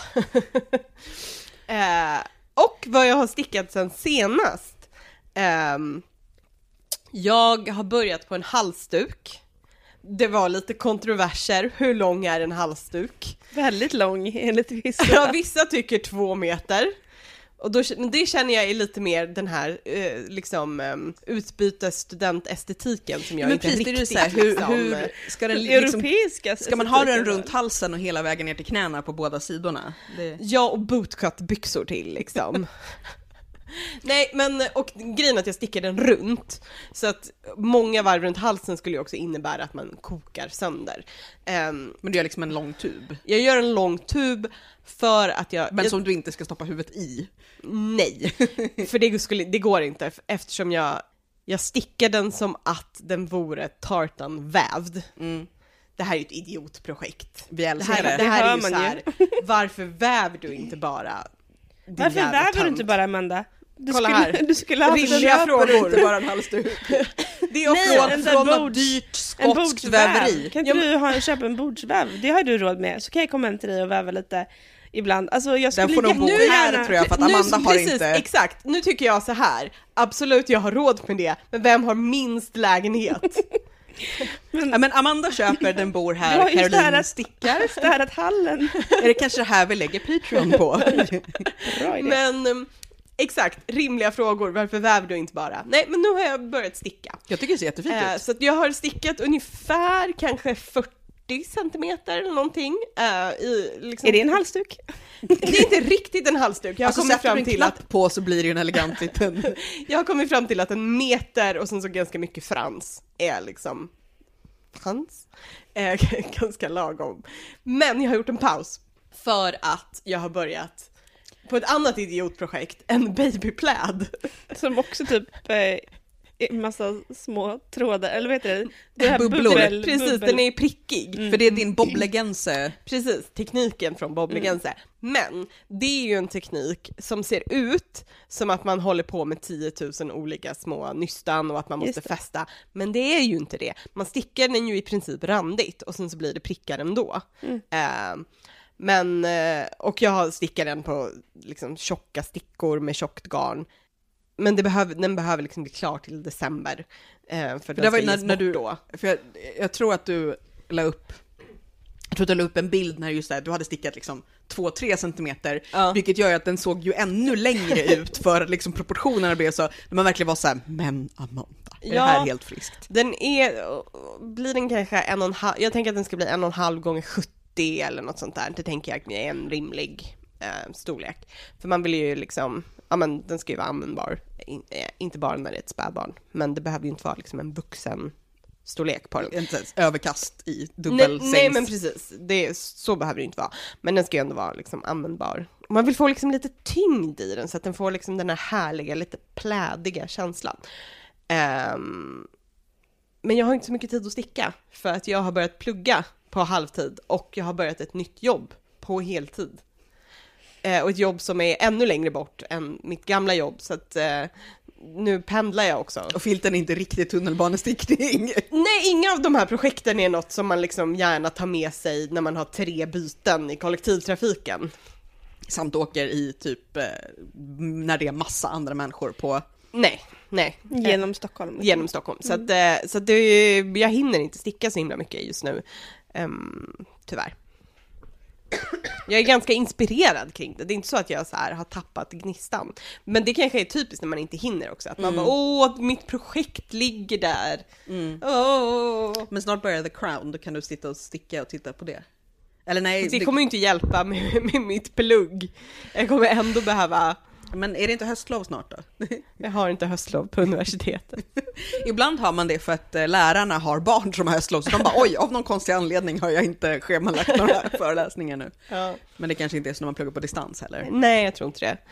Speaker 2: eh, och vad jag har stickat sen senast. Eh, jag har börjat på en halsduk. Det var lite kontroverser. Hur lång är en halsduk?
Speaker 3: Väldigt lång enligt vissa.
Speaker 2: Ja, vissa tycker två meter. Och då, det känner jag är lite mer den här eh, liksom um, utbytesstudentestetiken som jag
Speaker 1: men
Speaker 2: inte
Speaker 1: precis,
Speaker 2: riktigt
Speaker 1: så här, hur,
Speaker 2: liksom,
Speaker 1: hur ska den liksom,
Speaker 3: europeiska
Speaker 1: ska man ha den runt halsen och hela vägen ner till knäna på båda sidorna? Det...
Speaker 2: Ja, och bootcut-byxor till liksom. Nej, men och grejen är att jag stickar den runt så att många varv runt halsen skulle ju också innebära att man kokar sönder. Um,
Speaker 1: men du gör liksom en lång tub?
Speaker 2: Jag gör en lång tub för att jag...
Speaker 1: Men
Speaker 2: jag,
Speaker 1: som du inte ska stoppa huvudet i?
Speaker 2: Nej, för det, skulle, det går inte eftersom jag, jag stickar den som att den vore tartan vävd. Mm. Det här är ju ett idiotprojekt.
Speaker 1: Vi älskar
Speaker 2: det. Här, det, det här är ju så här, varför väver du inte bara...
Speaker 3: Varför väver du inte bara, Amanda? Du
Speaker 2: Kolla
Speaker 3: skulle,
Speaker 2: här.
Speaker 3: Du skulle ha
Speaker 2: rimliga frågor.
Speaker 1: Inte bara en halsduk.
Speaker 2: Det är
Speaker 3: Nej,
Speaker 2: från,
Speaker 3: en sån
Speaker 2: från
Speaker 3: här
Speaker 2: något
Speaker 3: bords-
Speaker 2: dyrt
Speaker 3: En
Speaker 2: skotskt
Speaker 3: bordsväv.
Speaker 2: väveri.
Speaker 3: Kan inte du ha, köpa en bordsväv? Det har du råd med. Så kan jag komma hem till dig och väva lite ibland. Alltså jag skulle
Speaker 1: Den får nog bo här tror jag, för att Amanda har
Speaker 2: precis,
Speaker 1: inte...
Speaker 2: Exakt, nu tycker jag så här. Absolut, jag har råd med det, men vem har minst lägenhet?
Speaker 3: Men,
Speaker 1: Ja, men Amanda köper, den bor
Speaker 3: Du
Speaker 1: här,
Speaker 3: har ju
Speaker 1: Caroline
Speaker 3: städat-
Speaker 1: stickar.
Speaker 3: städat hallen.
Speaker 1: Är det kanske det här vi lägger Patreon på?
Speaker 3: Bra idé.
Speaker 2: Men um, exakt, rimliga frågor. Varför väver du inte bara? Nej, men nu har jag börjat sticka.
Speaker 1: Jag tycker det ser jättefint
Speaker 2: Eh,
Speaker 1: ut.
Speaker 2: så att jag har stickat ungefär kanske fyrtio centimeter eller någonting. Eh, i, liksom,
Speaker 3: Är det en halsduk?
Speaker 2: det är inte riktigt en halsduk. Jag har
Speaker 1: Alltså
Speaker 2: kommit
Speaker 1: sätter du
Speaker 2: fram
Speaker 1: en
Speaker 2: till
Speaker 1: knapp
Speaker 2: att
Speaker 1: på så blir det ju en elegant liten...
Speaker 2: jag har kommit fram till att en meter och sen så ganska mycket frans är liksom frans är ganska lagom. Men jag har gjort en paus för att jag har börjat på ett annat idiotprojekt, en babypläd.
Speaker 3: Som också typ eh, en massa små trådar, eller vad heter det? det här
Speaker 1: Bubblor.
Speaker 3: bubbel-
Speaker 2: Precis,
Speaker 3: bubbel.
Speaker 2: den är prickig.
Speaker 1: För det är din bobblegense.
Speaker 2: Precis, tekniken från Boblegense. Mm. Men det är ju en teknik som ser ut som att man håller på med tio tusen olika små nystan och att man måste fästa. Men det är ju inte det. Man stickar den ju i princip randigt och sen så blir det prickar ändå. Mm. Uh, men, uh, och jag har stickat den på liksom tjocka stickor med tjockt garn. Men det behöver, den behöver liksom bli klar till december. Uh, för, för den
Speaker 1: det var
Speaker 2: ska
Speaker 1: när,
Speaker 2: ges
Speaker 1: när
Speaker 2: bort
Speaker 1: du,
Speaker 2: då.
Speaker 1: för jag, jag tror att du la upp jag tror att du la upp en bild när just där, du hade stickat liksom två till tre centimeter,
Speaker 2: Ja.
Speaker 1: vilket gör ju att den såg ju ännu längre ut för att liksom proportionerna blev så, när man verkligen var så här, men Amanda, är det
Speaker 2: Ja.
Speaker 1: här helt friskt?
Speaker 2: Den är, blir den kanske en och en halv, jag tänker att den ska bli en och en halv gånger sjuttio eller något sånt där. Det tänker jag är en rimlig eh, storlek. För man vill ju liksom, ja men den ska ju vara användbar, In, eh, inte bara när det är ett spädbarn, men det behöver ju inte vara liksom en vuxen storlek på den.
Speaker 1: Inte ens överkast i
Speaker 2: Nej,
Speaker 1: dubbelsängs.
Speaker 2: nej men precis, det, är- så behöver det inte vara. Men den ska ju ändå vara liksom användbar. Man vill få liksom lite tyngd i den så att den får liksom den här härliga, lite plädiga känslan. Ehm, men jag har inte så mycket tid att sticka för att jag har börjat plugga på halvtid och jag har börjat ett nytt jobb på heltid. Eh, och ett jobb som är ännu längre bort än mitt gamla jobb, så att eh, nu pendlar jag också.
Speaker 1: Och filten är inte riktigt tunnelbanestickning.
Speaker 2: Nej, inga av de här projekten är något som man liksom gärna tar med sig när man har tre byten i kollektivtrafiken.
Speaker 1: Samt åker i typ eh, när det är massa andra människor på.
Speaker 2: Nej, nej.
Speaker 3: Genom Stockholm.
Speaker 2: Genom Stockholm. Så att, eh, så att det, jag hinner inte sticka så himla mycket just nu. Um, tyvärr. Jag är ganska inspirerad kring det. Det är inte så att jag så här har tappat gnistan. Men det kanske är typiskt när man inte hinner också. Att man
Speaker 1: Mm.
Speaker 2: bara, åh, mitt projekt ligger där.
Speaker 1: Mm.
Speaker 2: Åh.
Speaker 1: Men snart börjar The Crown, då kan du sitta och sticka och titta på det. Eller nej,
Speaker 2: Det kommer ju inte hjälpa med, med mitt plugg. Jag kommer ändå behöva...
Speaker 1: men är det inte höstlov snart då?
Speaker 2: Jag har inte höstlov på universitetet.
Speaker 1: Ibland har man det för att eh, lärarna har barn som har höstlov, så de bara oj, av någon konstig anledning har jag inte schemalagt några föreläsningar nu.
Speaker 2: Ja.
Speaker 1: Men det kanske inte är så när man pluggar på distans heller.
Speaker 2: Nej, jag tror inte det.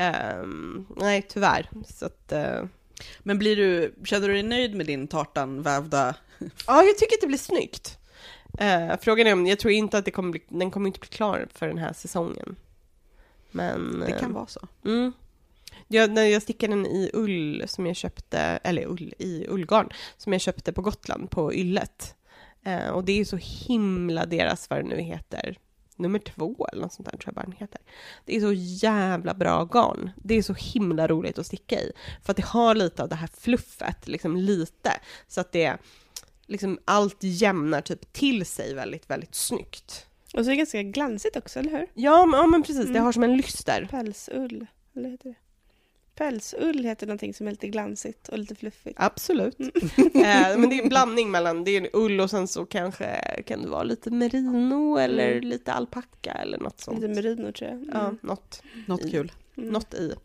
Speaker 2: Um, nej, tyvärr. Så att, uh...
Speaker 1: Men blir du, känner du dig nöjd med din tartanvävda?
Speaker 2: Ja, jag tycker att det blir snyggt. Uh, frågan är om, jag tror inte att det kommer bli, den kommer inte bli klar för den här säsongen. Men...
Speaker 1: Det kan
Speaker 2: uh,
Speaker 1: vara så.
Speaker 2: Mm. Jag, när jag stickade den i ull som jag köpte, eller ull, i ullgarn som jag köpte på Gotland på Yllet. Uh, och det är så himla deras, vad det nu heter, nummer två eller något sånt där tror jag bara den heter. Det är så jävla bra garn. Det är så himla roligt att sticka i. För att det har lite av det här fluffet, liksom lite. Så att det liksom allt jämnar typ till sig väldigt, väldigt snyggt.
Speaker 3: Och så är det ganska glansigt också, eller hur?
Speaker 2: Ja, men, ja, men precis.
Speaker 3: Mm.
Speaker 2: Det har som en lyster.
Speaker 3: Pälsull, eller heter det? Pälsull heter någonting som är lite glansigt och lite fluffigt.
Speaker 2: Absolut. Mm. eh, men det är en blandning mellan, det är en ull och sen så kanske kan det vara lite merino eller
Speaker 3: Mm.
Speaker 2: lite alpacka eller något sånt.
Speaker 3: Lite merino tror jag. Mm.
Speaker 2: Ja, något,
Speaker 1: Något
Speaker 2: i.
Speaker 1: kul.
Speaker 3: Mm.
Speaker 2: något i.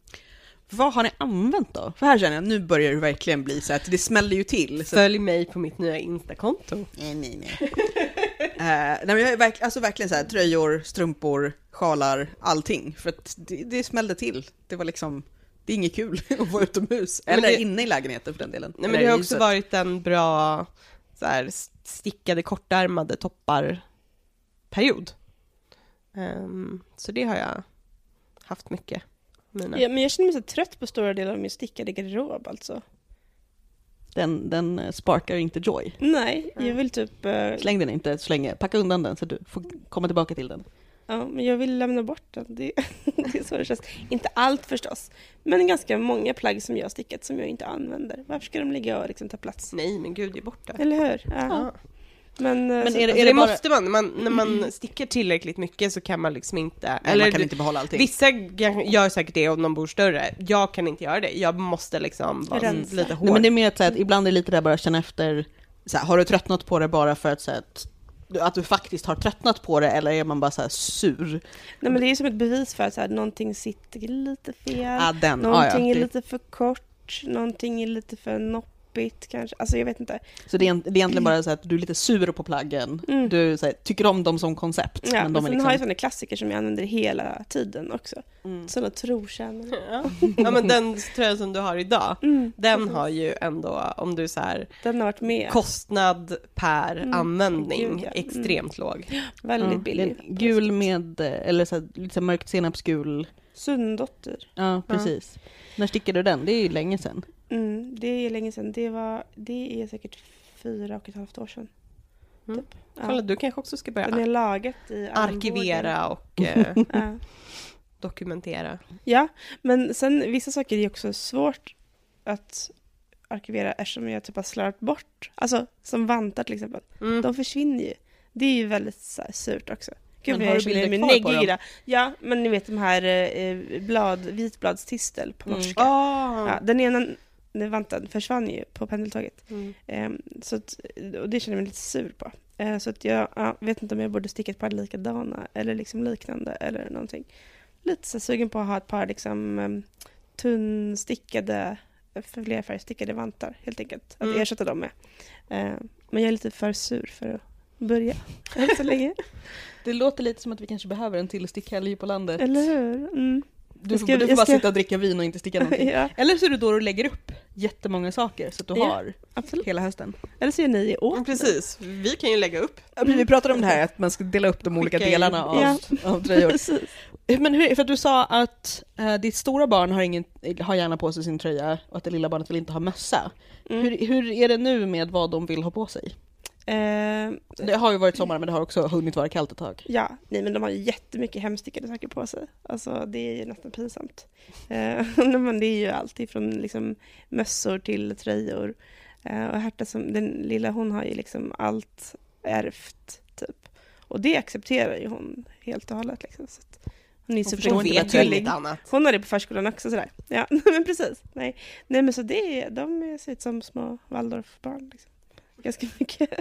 Speaker 1: Vad har ni använt då? För här känner jag, nu börjar det verkligen bli så att det smäller ju till. Så...
Speaker 2: Följ mig på mitt nya Insta-konto.
Speaker 1: Nej, nej, nej. uh, nej men jag är verk, alltså verkligen så här, tröjor, strumpor, sjalar, allting. För att det, det smällde till. Det var liksom, det är inget kul att vara utomhus.
Speaker 2: Men
Speaker 1: Eller
Speaker 2: det-
Speaker 1: inne i lägenheten för den delen.
Speaker 2: Nej, men
Speaker 1: Eller
Speaker 2: det har
Speaker 1: i
Speaker 2: också
Speaker 1: huset.
Speaker 2: varit en bra så här, stickade kortärmade toppar period. Um, så det har jag haft mycket. Mina.
Speaker 3: Ja, men jag känner mig så trött på stora delar av min stickade garderob alltså.
Speaker 4: Den, den sparkar inte joy.
Speaker 3: Nej, jag vill typ... Uh...
Speaker 4: Släng den inte så länge. Packa undan den så du får komma tillbaka till den.
Speaker 3: Ja, men jag vill lämna bort den. Det, det är så det känns. Inte allt förstås. Men ganska många plagg som jag har stickat som jag inte använder. Varför ska de ligga och liksom ta plats?
Speaker 2: Nej, men gud, det är borta.
Speaker 3: Eller hur? Ja.
Speaker 2: Ja.
Speaker 3: Men,
Speaker 4: Men
Speaker 3: så,
Speaker 4: är det,
Speaker 2: Alltså
Speaker 4: är
Speaker 2: det
Speaker 4: det bara...
Speaker 2: måste man, man, när man stickar tillräckligt mycket så kan man liksom inte,
Speaker 1: Nej,
Speaker 2: eller
Speaker 1: man kan inte behålla allting.
Speaker 2: vissa gör säkert det om de bor större, jag kan inte göra det, jag måste liksom vara
Speaker 3: Rensa.
Speaker 2: lite hård.
Speaker 4: Nej, men det är mer att, så här, att ibland är det lite där bara känna efter, så här, har du tröttnat på det bara för att, så här, att, att du faktiskt har tröttnat på det, eller är man bara så här sur?
Speaker 3: nej, men det är som ett bevis för att så här, någonting sitter lite fel,
Speaker 1: Ah, den.
Speaker 3: någonting
Speaker 1: ah, ja.
Speaker 3: är
Speaker 1: det...
Speaker 3: lite för kort, någonting är lite för noppigt kanske, alltså jag vet inte.
Speaker 4: Så det är, det är egentligen bara så här, att du är lite sur på plaggen.
Speaker 3: Mm.
Speaker 4: Du så här, tycker om dem som koncept.
Speaker 3: Ja,
Speaker 4: men
Speaker 3: men
Speaker 4: de är
Speaker 3: sen
Speaker 4: liksom...
Speaker 3: har jag sådana klassiker som jag använder hela tiden också.
Speaker 4: Mm.
Speaker 3: Sådana trotjänare.
Speaker 2: ja. ja, men den tröjan som du har idag,
Speaker 3: Mm,
Speaker 2: den
Speaker 3: precis.
Speaker 2: har ju ändå, om du så här,
Speaker 3: Den har varit med.
Speaker 2: kostnad per
Speaker 3: Mm.
Speaker 2: användning
Speaker 3: Gud, ja. Mm.
Speaker 2: extremt låg.
Speaker 3: Väldigt
Speaker 4: Ja,
Speaker 3: billig.
Speaker 4: det är gul med, eller så här, lite så här mörkt senapsgul.
Speaker 3: Sunddotter.
Speaker 4: Ja, precis. När stickade du den? Det är ju länge sedan.
Speaker 3: Mm, det är länge sedan. Det, var, det är säkert fyra och ett halvt år sedan.
Speaker 2: Mm.
Speaker 3: Typ.
Speaker 2: Kolla,
Speaker 3: Ja.
Speaker 2: du kanske också ska
Speaker 3: Den är
Speaker 2: börja
Speaker 3: lagat i
Speaker 2: arkivera och eh,
Speaker 3: Ja.
Speaker 2: dokumentera.
Speaker 3: Ja, men sen vissa saker är också svårt att arkivera eftersom jag typ har slarvat bort. Alltså som vantar till exempel.
Speaker 2: Mm.
Speaker 3: De försvinner ju. Det är ju väldigt så här, surt också. Gud,
Speaker 4: Men
Speaker 3: vad
Speaker 4: har
Speaker 3: jag
Speaker 4: du
Speaker 3: känner
Speaker 4: bilder
Speaker 3: mig
Speaker 4: kvar på
Speaker 3: neggig
Speaker 4: dem?
Speaker 3: idag. Ja, men ni vet de här eh, blad, vitbladstistel på
Speaker 4: Mm.
Speaker 3: norska.
Speaker 2: Ah.
Speaker 3: Ja, den ena den vanten försvann ju på pendeltåget.
Speaker 2: Mm.
Speaker 3: Ehm, så att, och det känner jag mig lite sur på. Ehm, så att jag ja, vet inte om jag borde sticka ett par likadana eller liksom liknande eller någonting. Lite så sugen på att ha ett par liksom um, tunnstickade, flerfärgstickade vantar helt enkelt. Att
Speaker 2: Mm.
Speaker 3: ersätta dem med. Ehm, men jag är lite för sur för att börja än så länge.
Speaker 4: Det låter lite som att vi kanske behöver en till stickhelg på landet.
Speaker 3: Eller hur? Mm.
Speaker 4: Du
Speaker 3: Jag
Speaker 4: får,
Speaker 3: ska-
Speaker 4: du får
Speaker 3: jag
Speaker 4: bara
Speaker 3: ska-
Speaker 4: sitta och dricka vin och inte sticka någonting.
Speaker 3: Ja,
Speaker 4: Eller så är det då du lägger upp jättemånga saker så att du
Speaker 3: Ja.
Speaker 4: har
Speaker 3: absolut.
Speaker 4: hela hösten.
Speaker 3: Eller så är ni åt.
Speaker 2: Ja, precis. Vi kan ju lägga upp.
Speaker 1: Ja, vi pratade om det här att man ska dela upp de olika
Speaker 2: Skicka in.
Speaker 1: delarna av,
Speaker 3: Ja.
Speaker 1: av tröjor.
Speaker 3: Precis.
Speaker 4: Men hur, för att du sa att uh, ditt stora barn har, ingen, har gärna på sig sin tröja och att det lilla barnet vill inte ha mössa.
Speaker 3: Mm.
Speaker 4: Hur, hur är det nu med vad de vill ha på sig?
Speaker 3: Ehm,
Speaker 4: Det har ju varit sommar men det har också hunnit vara kallt ett tag.
Speaker 3: Ja, nej men de har ju jättemycket hemstickade saker på sig. Alltså det är ju nästan pinsamt. Eh, men det är ju alltid från liksom mössor till tröjor. Eh, och Herta som, den lilla hon har ju liksom allt ärvt typ. Och det accepterar ju hon helt och hållet liksom. Så att hon är så
Speaker 2: Hon
Speaker 4: inte
Speaker 2: vet
Speaker 4: bättre.
Speaker 2: ju inget annat.
Speaker 3: Hon har det på förskolan också sådär. Ja, men precis. Nej, nej men så det är, de ser ut som små Waldorfbarn liksom. Ganska mycket.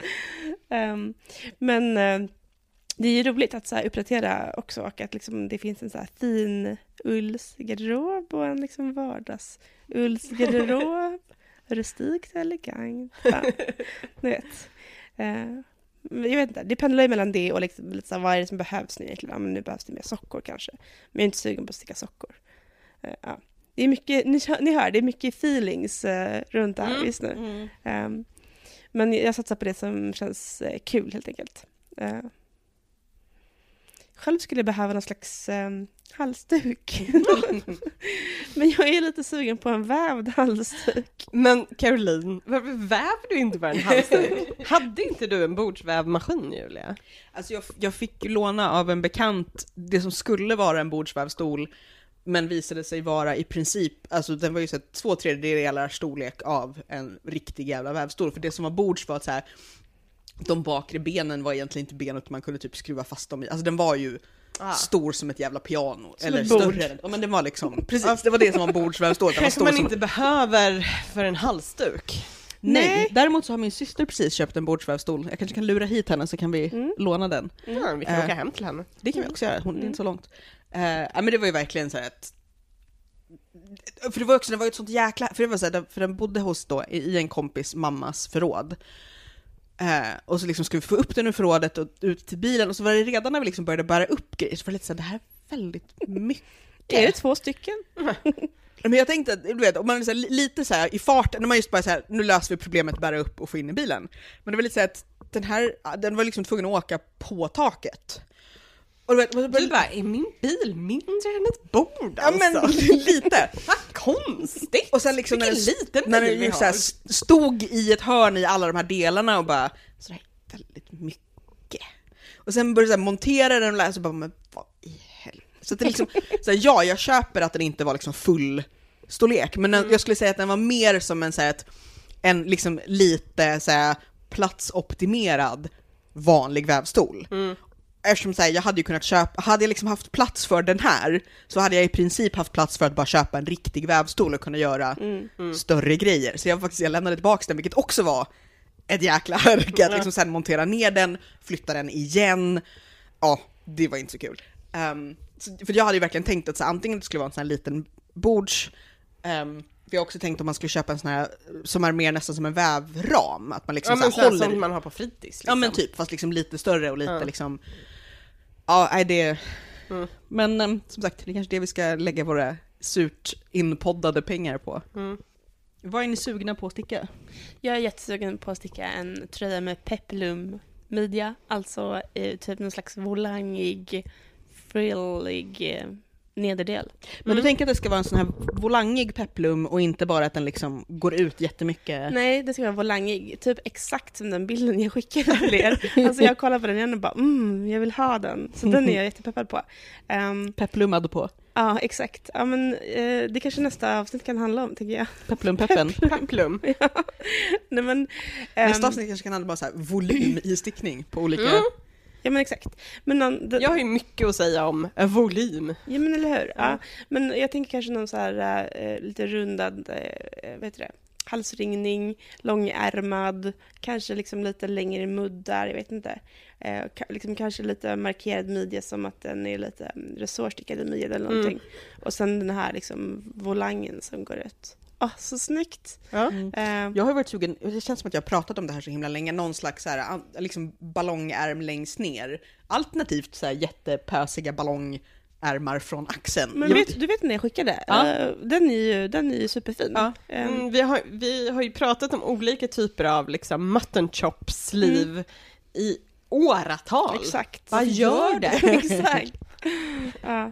Speaker 3: um, men uh, det är ju roligt att så här, uppdatera också och att liksom, det finns en så här fin ullsgarderob och en liksom vardagsullsgarderob. Rustikt och elegant. Ja, du vet. Uh, jag vet inte, det pendlar ju mellan det och liksom, lite så här, vad är det som behövs nu egentligen? Ja, men nu behövs det mer sockor kanske. Men jag är inte sugen på att sticka sockor. Uh, ja. Det är mycket, ni, ni hör, det är mycket feelings uh, runt det här
Speaker 2: Mm.
Speaker 3: just nu.
Speaker 4: Mm.
Speaker 3: Um, men jag satsar på det som känns uh, kul helt enkelt. Uh, själv skulle jag behöva någon slags um, halsduk. Men jag är lite sugen på en vävd halsduk.
Speaker 2: Men Caroline, varför väver du inte bara en halsduk? Hade inte du en bordsvävmaskin, Julia?
Speaker 1: Alltså jag, jag fick låna av en bekant det som skulle vara en bordsvävstol, men visade sig vara i princip, alltså den var ju så här, två tredjedelar storlek av en riktig jävla vävstol. För det som var bords var att så här, de bakre benen var egentligen inte ben utan man kunde typ skruva fast dem i. Alltså den var ju
Speaker 2: Ah.
Speaker 1: stor som ett jävla piano.
Speaker 3: Som
Speaker 1: eller
Speaker 3: ett bord.
Speaker 1: större. Ja men det var liksom, precis, det var det som var bordsvävstol. Den var
Speaker 2: Kanske
Speaker 1: stor
Speaker 2: man
Speaker 1: som...
Speaker 2: inte behöver för en halsduk.
Speaker 1: Nej.
Speaker 3: Nej.
Speaker 1: Däremot så har min syster precis köpt en bordsvävstol. Jag kanske kan lura hit henne så kan vi
Speaker 3: Mm.
Speaker 1: låna den.
Speaker 2: Ja, vi kan
Speaker 1: Äh.
Speaker 2: åka hem till henne.
Speaker 1: Det kan vi också göra, hon det är inte så långt. Uh, ja, men det var ju verkligen så här att... För det var också, det var ju ett sånt jäkla... För det var så här, för den bodde hos då, i en kompis mammas förråd. Uh, och så liksom skulle vi få upp den ur förrådet och ut till bilen. Och så var det redan när vi liksom började bära upp grejer, så var det lite så här, det här är väldigt mycket.
Speaker 3: Är det två stycken?
Speaker 1: Men jag tänkte, att, du vet, om man är så här, li- lite så här i farten, när man just bara så här, nu löser vi problemet att bära upp och få in i bilen. Men det var lite så här att den här, den var liksom tvungen att åka på taket. Och du vet, och så
Speaker 2: Du bara, är min bil mindre än ett bord
Speaker 1: ja
Speaker 2: alltså?
Speaker 1: men lite.
Speaker 2: konstigt.
Speaker 1: Och sen liksom när
Speaker 2: Vilken
Speaker 1: det,
Speaker 2: liten
Speaker 1: när det
Speaker 2: bil vi
Speaker 1: ju så här
Speaker 2: har.
Speaker 1: stod i ett hörn i alla de här delarna och bara, så det här är väldigt mycket. Och sen började jag montera den och läsa och bara, men vad i helvete. Så att det liksom, så här, ja, jag köper att den inte var liksom full storlek, men den, jag skulle säga att den var mer som en, så här, ett, en liksom lite så här, platsoptimerad vanlig vävstol. Mm. Eftersom så här, jag hade ju kunnat köpa, hade jag liksom haft plats för den här, så hade jag i princip haft plats för att bara köpa en riktig vävstol och kunna göra mm. Mm. större grejer. Så jag faktiskt jag lämnade tillbaka den, vilket också var ett jäkla härke att liksom sen montera ner den, flytta den igen. Ja, det var inte så kul. Um, så, för jag hade ju verkligen tänkt att så, antingen det skulle vara en sån här liten bords, um, för jag har också tänkt om man skulle köpa en sån här som är mer nästan som en vävram, att man liksom
Speaker 2: ja,
Speaker 1: så här, håller
Speaker 2: som man har på fritids liksom.
Speaker 1: Ja men typ, fast liksom lite större och lite ja. liksom ja, är det mm. men um, som sagt, det är kanske det vi ska lägga våra surt inpoddade pengar på. Mm. Vad är ni sugna på att sticka?
Speaker 3: Jag är jättesugen på att sticka en tröja med peplum midja, alltså eh, typ någon slags volangig, frillig eh, nederdel.
Speaker 1: Men mm. du tänker att det ska vara en sån här volangig peplum och inte bara att den liksom går ut jättemycket?
Speaker 3: Nej, det ska vara volangig. Typ exakt som den bilden jag skickade till er. Alltså jag kollar på den igen och bara, mm, jag vill ha den. Så den är jag jättepeppad på. Um,
Speaker 1: Peplumad på?
Speaker 3: Ja, exakt. Ja, men eh, det kanske nästa avsnitt kan handla om, tycker jag.
Speaker 1: Peplum-peppen.
Speaker 2: Peplum.
Speaker 3: Ja. Nej, men, um,
Speaker 1: nästa avsnitt kanske kan handla om så här volym i stickning på olika... Mm.
Speaker 3: Ja, men exakt. Men någon, det,
Speaker 2: jag har ju mycket att säga om äh, volym.
Speaker 3: Ja, men eller hur? Ja. Ja. Men jag tänker kanske någon så här äh, lite rundad, äh, vad heter det? Halsringning, långärmad, kanske liksom lite längre muddar, jag vet inte. Eh, ka- liksom kanske lite markerad midja som att den är lite resårstickad i midja eller någonting. Mm. Och sen den här liksom volangen som går ut. Åh, oh, så snyggt!
Speaker 1: Ja. Mm. Uh, jag har varit sugen, det känns som att jag har pratat om det här så himla länge, någon slags så här, liksom ballongärm längst ner. Alternativt så här jättepösiga ballongärmar från axeln.
Speaker 3: Men vet, vet, du vet när jag skickade? Ja. Uh, den, är ju, den är ju superfin.
Speaker 2: Ja. Um, mm, vi, har, vi har ju pratat om olika typer av liksom mutton chop sleeve mm. i åratal.
Speaker 3: Exakt.
Speaker 2: Vad gör det?
Speaker 3: Exakt. Ja.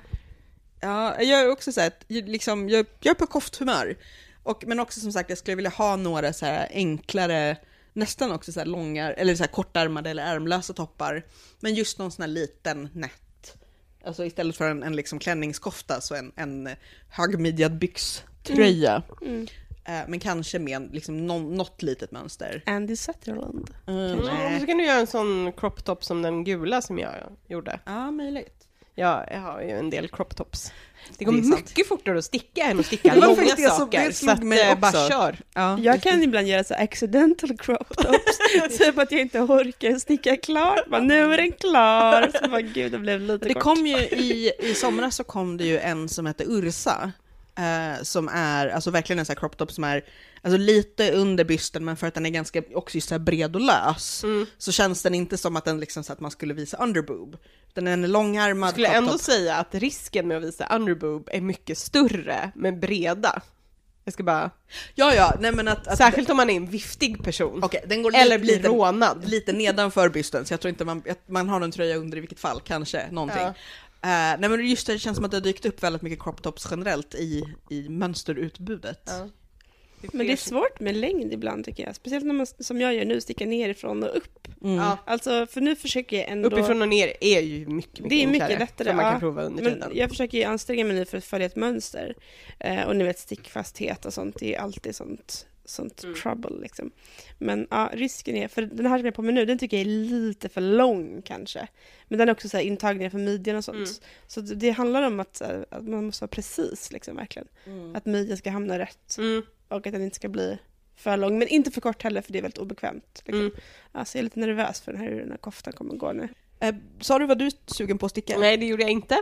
Speaker 1: Ja, jag är också så här, liksom, jag, jag är på kofthumör. Och, men också som sagt, jag skulle vilja ha några så här enklare, nästan också så här långa, eller så här kortärmade eller ärmlösa toppar. Men just någon sån här liten nätt. Alltså istället för en, en liksom klänningskofta så en, en högmidjad byxtröja. Mm. Mm. Uh, men kanske med liksom någon, något litet mönster.
Speaker 3: Andy Sutherland.
Speaker 2: Mm. Mm. Så kan du göra en sån crop top som den gula som jag gjorde.
Speaker 1: Ja, möjligt.
Speaker 2: Ja, jag har ju en del crop tops. Det går det mycket sant. fortare att sticka än att sticka långa det saker. Så, så att
Speaker 1: mig
Speaker 2: bara kör.
Speaker 3: Ja, jag kan ibland göra så accidental crop tops. Typ att jag inte orkar sticka klart. Men nu är den klar. Så bara, gud, det blev lite
Speaker 1: det
Speaker 3: kort.
Speaker 1: Kom ju i, i somras så kom det ju en som heter Ursa. Eh, som är alltså verkligen en sån här crop top som är alltså lite under bysten, men för att den är ganska också så här bred och lös mm. så känns den inte som att den liksom så att man skulle visa underboob. Den är en långärmad.
Speaker 2: Jag skulle ändå säga att risken med att visa underboob är mycket större med breda. Jag ska bara...
Speaker 1: Ja, ja. Nej, men att, att
Speaker 2: särskilt om man är en viftig person.
Speaker 1: Okay, den går
Speaker 2: eller
Speaker 1: lite,
Speaker 2: blir rånad.
Speaker 1: Lite nedanför bysten, så jag tror inte man, man har en tröja under i vilket fall, kanske någonting. Ja. Uh, nej, men just det, det känns som att det har dykt upp väldigt mycket crop tops generellt i, i mönsterutbudet. Ja.
Speaker 3: Men det är svårt med längd ibland, tycker jag. Speciellt när man, som jag gör nu, stickar nerifrån och upp. Mm. Ja. Alltså, för nu försöker jag ändå...
Speaker 2: Uppifrån och ner är ju mycket, mycket
Speaker 3: Det är mycket enklare, lättare,
Speaker 2: man
Speaker 3: ja.
Speaker 2: kan prova under tiden.
Speaker 3: Men jag försöker ju anstränga mig nu för att följa ett mönster. Eh, och ni vet, stickfasthet och sånt, det är alltid sånt, sånt mm. trouble, liksom. Men ja, risken är... För den här som jag är på mig nu, den tycker jag är lite för lång, kanske. Men den är också så här intagningar för midjan och sånt. Mm. Så det, det handlar om att, att man måste vara precis, liksom, verkligen. Mm. Att midjan ska hamna rätt. Mm. Och att den inte ska bli för lång. Men inte för kort heller, för det är väldigt obekvämt. Liksom. Mm. Alltså, jag är lite nervös för den här, hur den här koftan kommer gå nu.
Speaker 1: Eh, sa du vad du är sugen på att sticka?
Speaker 2: Nej, det gjorde jag inte.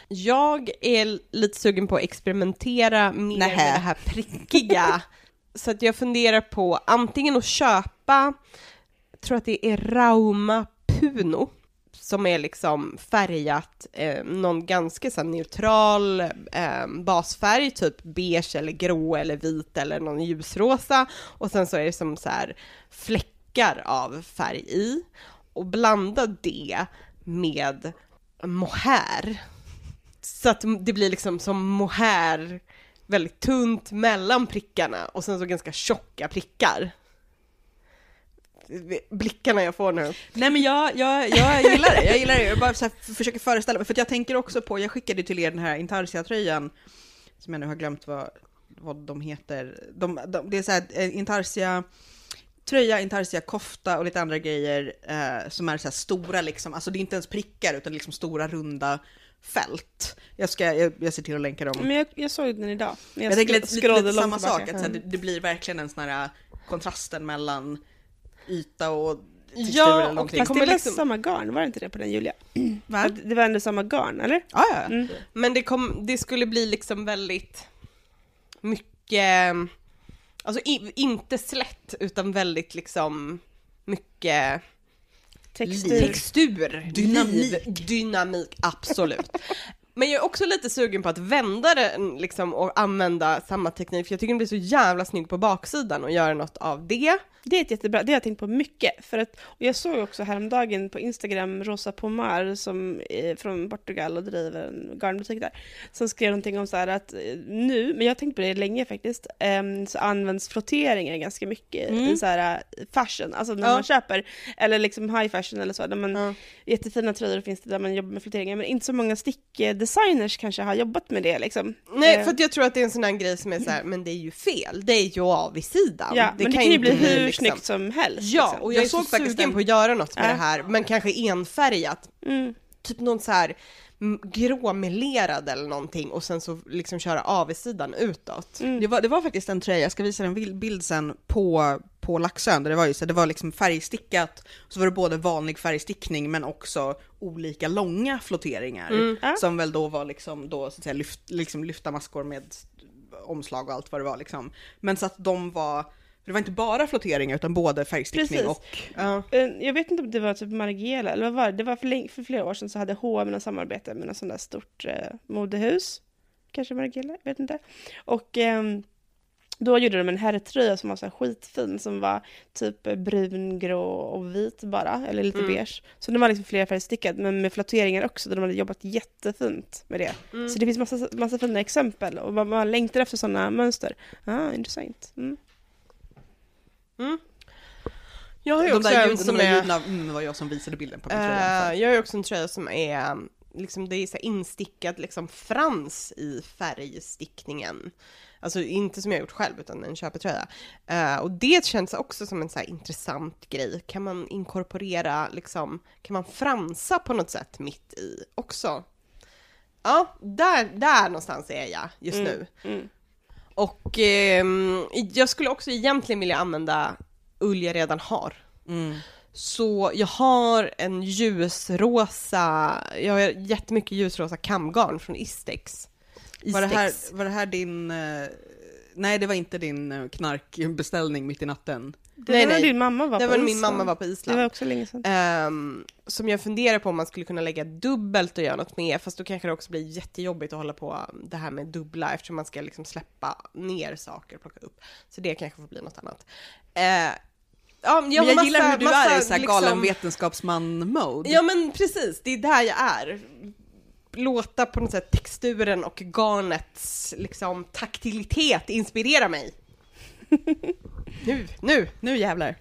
Speaker 2: Jag är lite sugen på att experimentera mer Nähe. med det här prickiga. Så att jag funderar på antingen att köpa, jag tror att det är Rauma Puno, som är liksom färgat eh, någon ganska så här neutral eh, basfärg, typ beige eller grå eller vit eller någon ljusrosa, och sen så är det som så här fläckar av färg i, och blanda det med mohair så att det blir liksom som mohair väldigt tunt mellan prickarna och sen så ganska tjocka prickar. Blickarna jag får nu.
Speaker 1: Nej men jag, jag, jag gillar det, jag gillar det. Jag bara så här försöker föreställa mig, för att jag tänker också på, jag skickade till er den här Intarsia-tröjan, som jag nu har glömt vad, vad de heter. De, de, det är så här Intarsia tröja, Intarsia kofta och lite andra grejer eh, som är så här stora liksom, alltså det är inte ens prickar utan liksom stora runda fält. Jag ska, jag, jag ser till att länka dem.
Speaker 3: Men jag, jag såg den idag. Jag,
Speaker 1: jag tänker lite, lite, lite samma
Speaker 3: tillbaka.
Speaker 1: sak, att så här, det, det blir verkligen en sån här kontrasten mellan yta och textur
Speaker 2: Ja,
Speaker 1: eller
Speaker 2: och
Speaker 1: någonting.
Speaker 3: Fast det
Speaker 2: kommer
Speaker 3: var
Speaker 2: liksom-
Speaker 3: samma garn, var det inte det på den, Julia?
Speaker 1: Va?
Speaker 3: Att det var ändå samma garn, eller?
Speaker 1: Ja, ja.
Speaker 3: Mm.
Speaker 2: Men det, kom, det skulle bli liksom väldigt mycket, alltså i, inte slätt utan väldigt liksom mycket
Speaker 3: Textur.
Speaker 2: textur,
Speaker 1: Dynamik.
Speaker 2: liv, dynamik, absolut. Men jag är också lite sugen på att vända den liksom, och använda samma teknik, för jag tycker den blir så jävla snygg på baksidan och göra något av det.
Speaker 3: Det är ett jättebra, det har jag tänkt på mycket. För att, och jag såg också häromdagen på Instagram Rosa Pomar som är från Portugal och driver en garnbutik där, som skrev någonting om så här att eh, nu, men jag har tänkt på det länge faktiskt, eh, så används flotteringar ganska mycket
Speaker 2: Mm.
Speaker 3: i så här eh, fashion, alltså när
Speaker 2: Ja.
Speaker 3: man köper, eller liksom high fashion eller så, där man,
Speaker 2: Ja.
Speaker 3: jättefina tröjor finns det där man jobbar med flotteringar, men inte så många stickdesigners kanske har jobbat med det liksom.
Speaker 2: Nej,
Speaker 3: Eh,
Speaker 2: för att jag tror att det är en sån här grej som är så här, men det är ju fel, det är ju avsidan.
Speaker 3: ja, men det kan ju bli
Speaker 2: inte
Speaker 3: hur
Speaker 2: liksom-
Speaker 3: snyggt som helst.
Speaker 2: Ja,
Speaker 3: liksom.
Speaker 2: och jag,
Speaker 1: Jag
Speaker 2: är så
Speaker 1: såg faktiskt
Speaker 2: sugen
Speaker 1: en-
Speaker 2: på att göra något med
Speaker 3: Ja.
Speaker 2: det här, men kanske enfärgat.
Speaker 3: Mm.
Speaker 2: Typ någon så här mm, gråmelerad eller någonting och sen så liksom köra avsidan utåt.
Speaker 3: Mm.
Speaker 1: Det var, det var faktiskt en tröja, jag ska visa en bild, bild sen på, på Laxön, där det var ju så, det var liksom färgstickat, så var det både vanlig färgstickning men också olika långa flotteringar,
Speaker 2: Mm.
Speaker 3: Ja.
Speaker 1: som väl då var liksom då så att säga lyft, liksom lyfta maskor med omslag och allt vad det var liksom. Men så att de var, det var inte bara flotteringar utan både färgstickning
Speaker 3: Precis.
Speaker 1: och
Speaker 2: Ja.
Speaker 3: Eh, Jag vet inte om det var typ Margiela, eller vad var det? Det var för, länge, för flera år sedan så hade H och M en samarbete med något sånt där stort eh, modehus. Kanske Margiela, jag vet inte. Och ehm, då gjorde de en herrtröja som var så här skitfin, som var typ eh, brun, grå och vit bara, eller lite
Speaker 2: Mm.
Speaker 3: beige. Så den var liksom flera färgstickad, men med flotteringar också, där de hade jobbat jättefint med det.
Speaker 2: Mm.
Speaker 3: Så det finns massa, massa fina exempel, och man, man längtar efter sådana mönster. Ah, intressant. Mm.
Speaker 2: Mm. Jag har ju
Speaker 1: de
Speaker 2: också
Speaker 1: där
Speaker 2: en
Speaker 1: ljuden, de
Speaker 2: som
Speaker 1: där
Speaker 2: är...
Speaker 1: ljuden av, mm, var jag som visade bilden på min tröja.
Speaker 2: Eh, jag har ju också en tröja som är liksom, det är så här instickat liksom frans i färgstickningen. Alltså inte som jag har gjort själv, utan en köpetröja. Eh, och det känns också som en så här intressant grej. Kan man inkorporera, liksom, kan man fransa på något sätt mitt i också? Ja, där, där någonstans är jag just
Speaker 3: Mm.
Speaker 2: nu.
Speaker 3: Mm.
Speaker 2: Och ehm, jag skulle också egentligen vilja använda ull jag redan har.
Speaker 1: Mm.
Speaker 2: Så jag har en ljusrosa, jag har jättemycket ljusrosa kamgarn från Istex.
Speaker 1: Var det, här,
Speaker 2: Istex.
Speaker 1: var det här din, eh, nej det var inte din eh, knarkbeställning mitt i natten?
Speaker 3: Det
Speaker 2: Nej,
Speaker 3: var
Speaker 2: nej.
Speaker 3: när din mamma var
Speaker 2: Det
Speaker 3: på
Speaker 2: var när min
Speaker 3: Island.
Speaker 2: mamma var på
Speaker 3: Det
Speaker 2: Island.
Speaker 3: var också länge sedan.
Speaker 2: Ehm, som jag funderar på om man skulle kunna lägga dubbelt och göra något med, fast då kanske det också blir jättejobbigt att hålla på det här med dubbla, eftersom man ska liksom släppa ner saker och plocka upp. Så det kanske får bli något annat. Eh, ja, jag,
Speaker 1: Men jag
Speaker 2: har
Speaker 1: gillar
Speaker 2: massa-
Speaker 1: hur du
Speaker 2: massa,
Speaker 1: är i så här
Speaker 2: liksom-
Speaker 1: galen vetenskapsman-mode.
Speaker 2: Ja men precis, det är där jag är. Låta på något sätt texturen och garnets liksom taktilitet inspirera mig. nu, nu.
Speaker 1: Nu jävlar.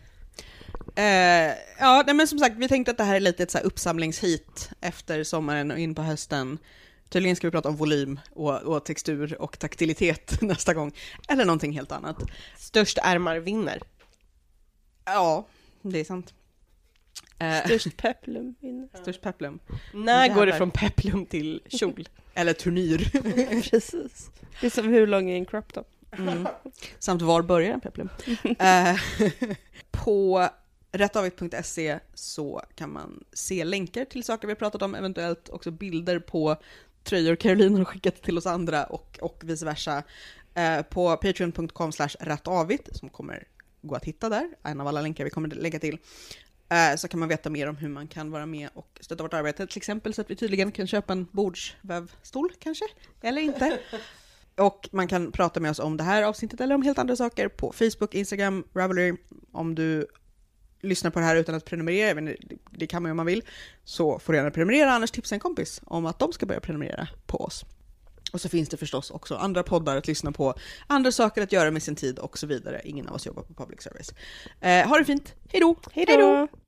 Speaker 1: Eh, ja, nej, men som sagt, vi tänkte att det här är lite ett så här uppsamlingshit efter sommaren och in på hösten. Tydligen ska vi prata om volym och, och textur och taktilitet nästa gång. Eller någonting helt annat.
Speaker 2: Störst ärmar vinner.
Speaker 1: Ja, det är sant. Eh,
Speaker 3: Störst peplum vinner.
Speaker 1: störst peplum.
Speaker 2: När
Speaker 1: Jävlar.
Speaker 2: går det från peplum till kjol?
Speaker 1: Eller turnyr.
Speaker 3: Precis. Det är som hur lång är en crop top?
Speaker 1: Mm. Samt var börjar en peplum? Eh, på rättavit punkt se så kan man se länkar till saker vi har pratat om, eventuellt också bilder på tröjor Caroline har skickat till oss andra och, och vice versa. Eh, på patreon punkt com slash rättavit, som kommer gå att hitta där, en av alla länkar vi kommer lägga till, eh, så kan man veta mer om hur man kan vara med och stötta vårt arbete, till exempel så att vi tydligen kan köpa en bordsvävstol kanske, eller inte. Och man kan prata med oss om det här avsnittet eller om helt andra saker på Facebook, Instagram, Ravelry. Om du lyssnar på det här utan att prenumerera, men det, det kan man ju om man vill, så får du gärna prenumerera, annars tipsa en kompis om att de ska börja prenumerera på oss. Och så finns det förstås också andra poddar att lyssna på, andra saker att göra med sin tid och så vidare. Ingen av oss jobbar på public service. Eh, ha det fint, hej då!
Speaker 3: Hej då!